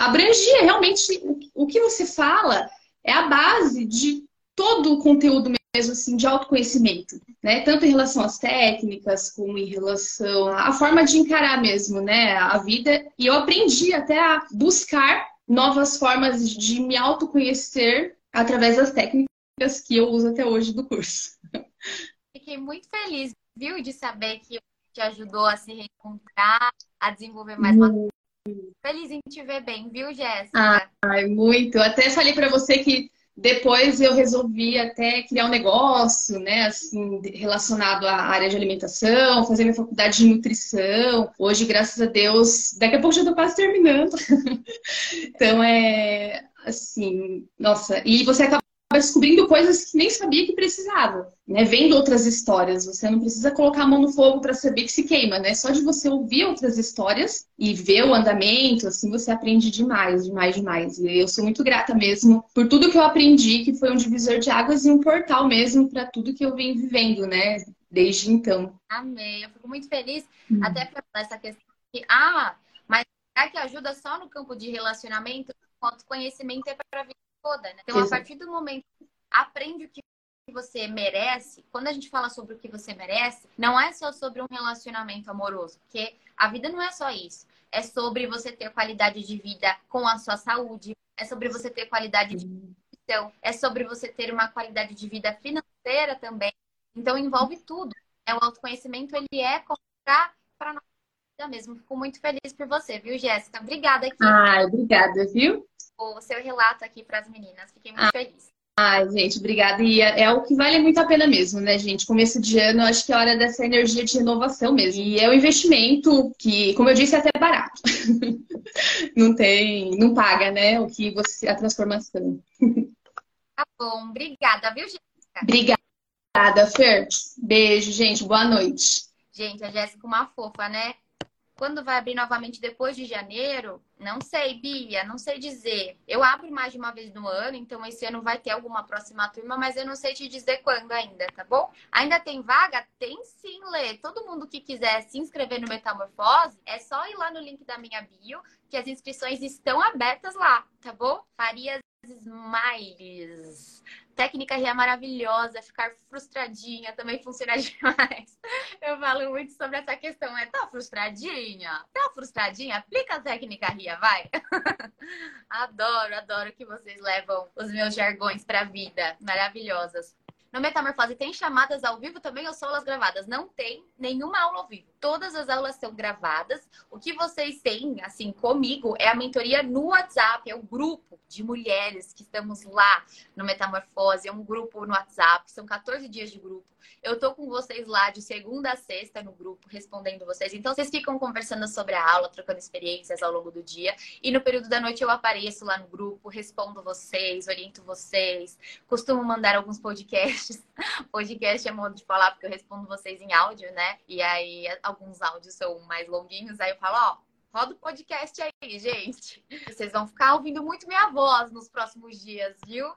abrangia realmente o que você fala é a base de todo o conteúdo mesmo assim de autoconhecimento, né? Tanto em relação às técnicas como em relação à forma de encarar mesmo, né, a vida. E eu aprendi até a buscar novas formas de me autoconhecer através das técnicas que eu uso até hoje do curso. Fiquei muito feliz, viu, de saber que te ajudou a se reencontrar, a desenvolver mais uma. Feliz em te ver bem, viu, Jéssica? Ai, muito. Eu até falei para você que depois eu resolvi até criar um negócio, né, assim, relacionado à área de alimentação, fazer minha faculdade de nutrição. Hoje, graças a Deus, daqui a pouco já tô quase terminando. Então é assim, nossa, e você acaba descobrindo coisas que nem sabia que precisava, né? Vendo outras histórias, você não precisa colocar a mão no fogo para saber que se queima, né? Só de você ouvir outras histórias e ver o andamento, assim, você aprende demais, demais, demais. E eu sou muito grata mesmo por tudo que eu aprendi, que foi um divisor de águas e um portal mesmo para tudo que eu venho vivendo, né? Desde então. Amei, eu fico muito feliz, até por essa questão que, mas será que ajuda só no campo de relacionamento? O autoconhecimento é para a vida toda, né? Então, a partir do momento que aprende o que você merece, quando a gente fala sobre o que você merece, não é só sobre um relacionamento amoroso, porque a vida não é só isso. É sobre você ter qualidade de vida com a sua saúde, é sobre você ter qualidade de vida, é sobre você ter uma qualidade de vida financeira também. Então, envolve tudo. O autoconhecimento, ele é para nossa vida mesmo. Fico muito feliz por você, viu, Jéssica? Obrigada aqui Obrigada, viu? por seu relato aqui para as meninas. Fiquei muito feliz. Ai, gente, obrigada. E é o que vale muito a pena mesmo, né, gente? Começo de ano, eu acho que é hora dessa energia de renovação mesmo. E é um investimento que, como eu disse, é até barato. Não paga, né? A transformação. Tá bom, obrigada, viu, Jéssica? Obrigada, Fer. Beijo, gente. Boa noite. Gente, a Jéssica é uma fofa, né? Quando vai abrir novamente depois de janeiro, não sei, Bia, não sei dizer. Eu abro mais de uma vez no ano, então esse ano vai ter alguma próxima turma, mas eu não sei te dizer quando ainda, tá bom? Ainda tem vaga? Tem sim, Lê. Todo mundo que quiser se inscrever no Metamorfose, é só ir lá no link da minha bio, que as inscrições estão abertas lá, tá bom? Farias Smiles. Técnica Ria maravilhosa, ficar frustradinha também funciona demais. Eu falo muito sobre essa questão. Tá frustradinha? Tá frustradinha? Aplica a técnica Ria, vai. Adoro que vocês levam os meus jargões pra vida. Maravilhosas. No Metamorfose tem chamadas ao vivo também ou só aulas gravadas? Não tem nenhuma aula ao vivo. Todas as aulas são gravadas. O que vocês têm, assim, comigo, é a mentoria no WhatsApp. É o grupo de mulheres que estamos lá no Metamorfose. É um grupo no WhatsApp. São 14 dias de grupo. Eu tô com vocês lá de segunda a sexta no grupo, respondendo vocês. Então, vocês ficam conversando sobre a aula, trocando experiências ao longo do dia. E no período da noite eu apareço lá no grupo, respondo vocês, oriento vocês. Costumo mandar alguns podcasts. Podcast é modo de falar, porque eu respondo vocês em áudio, né? E aí, alguns áudios são mais longuinhos. Aí eu falo, roda o podcast aí, gente. Vocês vão ficar ouvindo muito minha voz nos próximos dias, viu?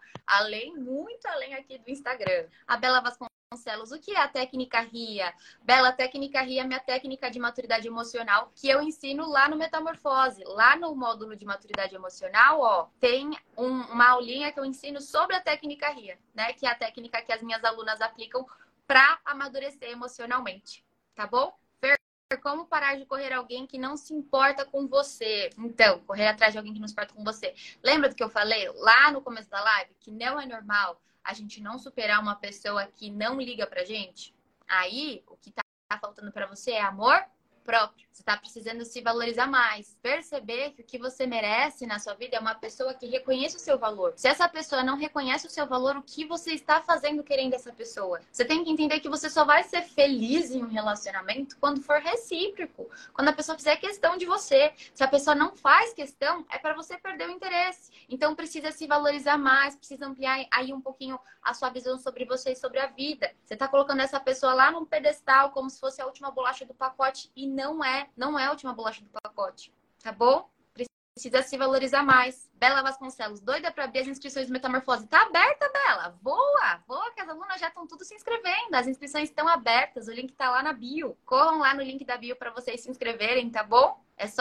Muito além aqui do Instagram. A Bela Vasconcelos, o que é a técnica RIA? Bela, a técnica RIA é minha técnica de maturidade emocional que eu ensino lá no Metamorfose. Lá no módulo de maturidade emocional, tem uma aulinha que eu ensino sobre a técnica RIA, né? Que é a técnica que as minhas alunas aplicam para amadurecer emocionalmente, tá bom? Como parar de correr alguém que não se importa com você? Então, correr atrás de alguém que não se importa com você. Lembra do que eu falei lá no começo da live? Que não é normal a gente não superar uma pessoa que não liga pra gente? Aí, o que tá faltando pra você é amor próprio. Você tá precisando se valorizar mais. Perceber que o que você merece na sua vida é uma pessoa que reconheça o seu valor. Se essa pessoa não reconhece o seu valor, o que você está fazendo querendo essa pessoa? Você tem que entender que você só vai ser feliz em um relacionamento quando for recíproco. Quando a pessoa fizer questão de você. Se a pessoa não faz questão, é para você perder o interesse. Então precisa se valorizar mais, precisa ampliar aí um pouquinho a sua visão sobre você e sobre a vida. Você tá colocando essa pessoa lá num pedestal como se fosse a última bolacha do pacote e não é a última bolacha do pacote, tá bom? Precisa se valorizar mais. Bela Vasconcelos, doida para abrir as inscrições do Metamorfose. Tá aberta, Bela. Voa, que as alunas já estão tudo se inscrevendo. As inscrições estão abertas. O link tá lá na bio. Corram lá no link da bio para vocês se inscreverem, tá bom? É só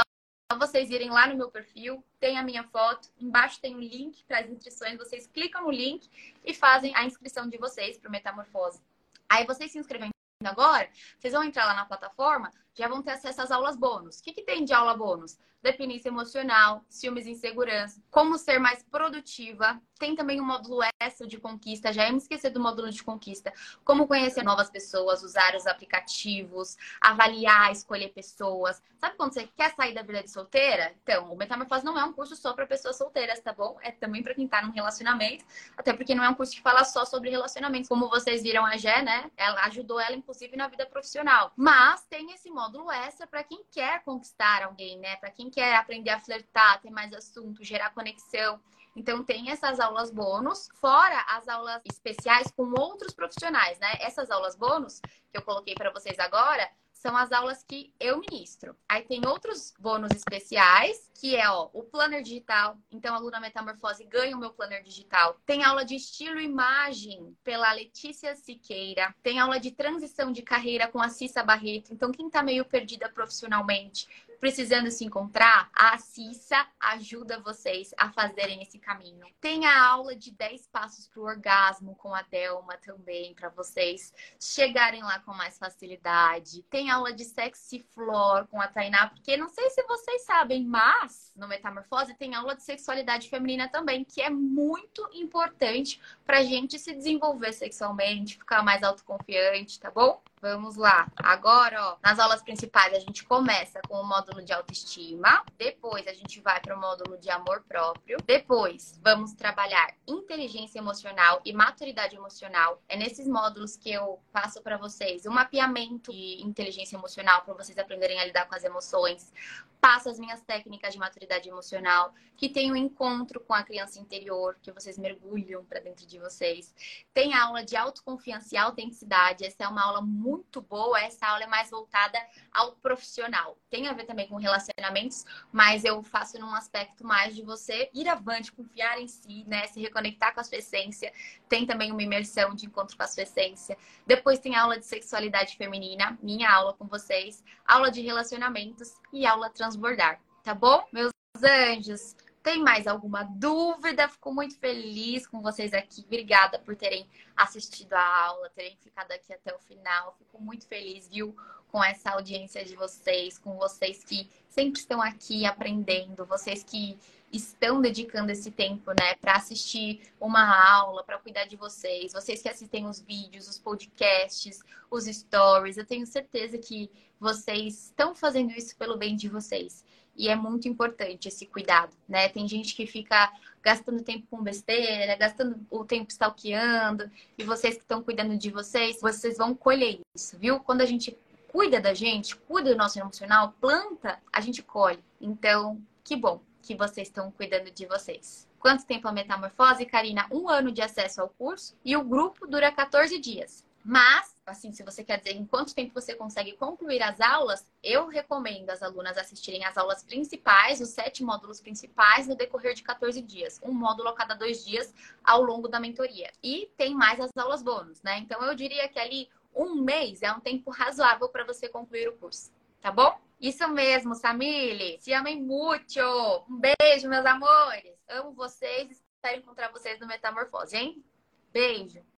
vocês irem lá no meu perfil, tem a minha foto, embaixo tem um link para as inscrições, vocês clicam no link e fazem a inscrição de vocês para o Metamorfose. Aí vocês se inscrevem agora, vocês vão entrar lá na plataforma, já vão ter acesso às aulas bônus. O que tem de aula bônus? Dependência emocional, ciúmes e insegurança, como ser mais produtiva. Tem também um módulo extra de conquista, já ia me esquecer do módulo de conquista. Como conhecer novas pessoas, usar os aplicativos, avaliar, escolher pessoas. Sabe quando você quer sair da vida de solteira? Então, o Metamorfose não é um curso só para pessoas solteiras, tá bom? É também para quem tá num relacionamento, até porque não é um curso que fala só sobre relacionamentos. Como vocês viram a Gé, né? Ela ajudou ela, inclusive, na vida profissional. Mas tem esse módulo extra para quem quer conquistar alguém, né? Para quem quer aprender a flertar, ter mais assunto, gerar conexão. Então, tem essas aulas bônus, fora as aulas especiais com outros profissionais, né? Essas aulas bônus que eu coloquei para vocês agora são as aulas que eu ministro. Aí tem outros bônus especiais, que é o planner digital. Então, a Aluna Metamorfose ganha o meu planner digital. Tem aula de estilo e imagem pela Letícia Siqueira. Tem aula de transição de carreira com a Cissa Barreto. Então, quem tá meio perdida profissionalmente, precisando se encontrar, a Cissa ajuda vocês a fazerem esse caminho. Tem a aula de 10 passos para o orgasmo com a Delma também, para vocês chegarem lá com mais facilidade. Tem aula de sexy floor com a Tainá, porque não sei se vocês sabem, mas no Metamorfose tem aula de sexualidade feminina também, que é muito importante para a gente se desenvolver sexualmente, ficar mais autoconfiante, tá bom? Vamos lá. Agora, nas aulas principais, a gente começa com o módulo de autoestima. Depois, a gente vai para o módulo de amor próprio. Depois, vamos trabalhar inteligência emocional e maturidade emocional. É nesses módulos que eu passo para vocês um mapeamento de inteligência emocional para vocês aprenderem a lidar com as emoções. Passo as minhas técnicas de maturidade emocional, que tem um encontro com a criança interior, que vocês mergulham para dentro de vocês. Tem a aula de autoconfiança e autenticidade. Essa é uma aula muito boa. Essa aula é mais voltada ao profissional. Tem a ver também com relacionamentos, mas eu faço num aspecto mais de você ir avante, confiar em si, né? Se reconectar com a sua essência. Tem também uma imersão de encontro com a sua essência. Depois tem aula de sexualidade feminina, minha aula com vocês. Aula de relacionamentos e aula transbordar, tá bom? Meus anjos, tem mais alguma dúvida? Fico muito feliz com vocês aqui. Obrigada por terem assistido a aula, terem ficado aqui até o final. Fico muito feliz, viu, com essa audiência de vocês, com vocês que sempre estão aqui aprendendo, vocês que estão dedicando esse tempo, né, para assistir uma aula, para cuidar de vocês, vocês que assistem os vídeos, os podcasts, os stories. Eu tenho certeza que vocês estão fazendo isso pelo bem de vocês. E é muito importante esse cuidado, né? Tem gente que fica gastando tempo com besteira, gastando o tempo stalkeando, e vocês que estão cuidando de vocês, vocês vão colher isso, viu? Quando a gente cuida da gente, cuida do nosso emocional, planta, a gente colhe. Então, que bom que vocês estão cuidando de vocês. Quanto tempo a Metamorfose, Karina? 1 ano de acesso ao curso e o grupo dura 14 dias. Mas, assim, se você quer dizer em quanto tempo você consegue concluir as aulas, eu recomendo as alunas assistirem às aulas principais, os 7 módulos principais, no decorrer de 14 dias. Um módulo a cada 2 dias ao longo da mentoria. E tem mais as aulas bônus, né? Então, eu diria que ali 1 mês é um tempo razoável para você concluir o curso, tá bom? Isso mesmo, Samile. Se amem muito. Um beijo, meus amores. Amo vocês. Espero encontrar vocês no Metamorfose, hein? Beijo.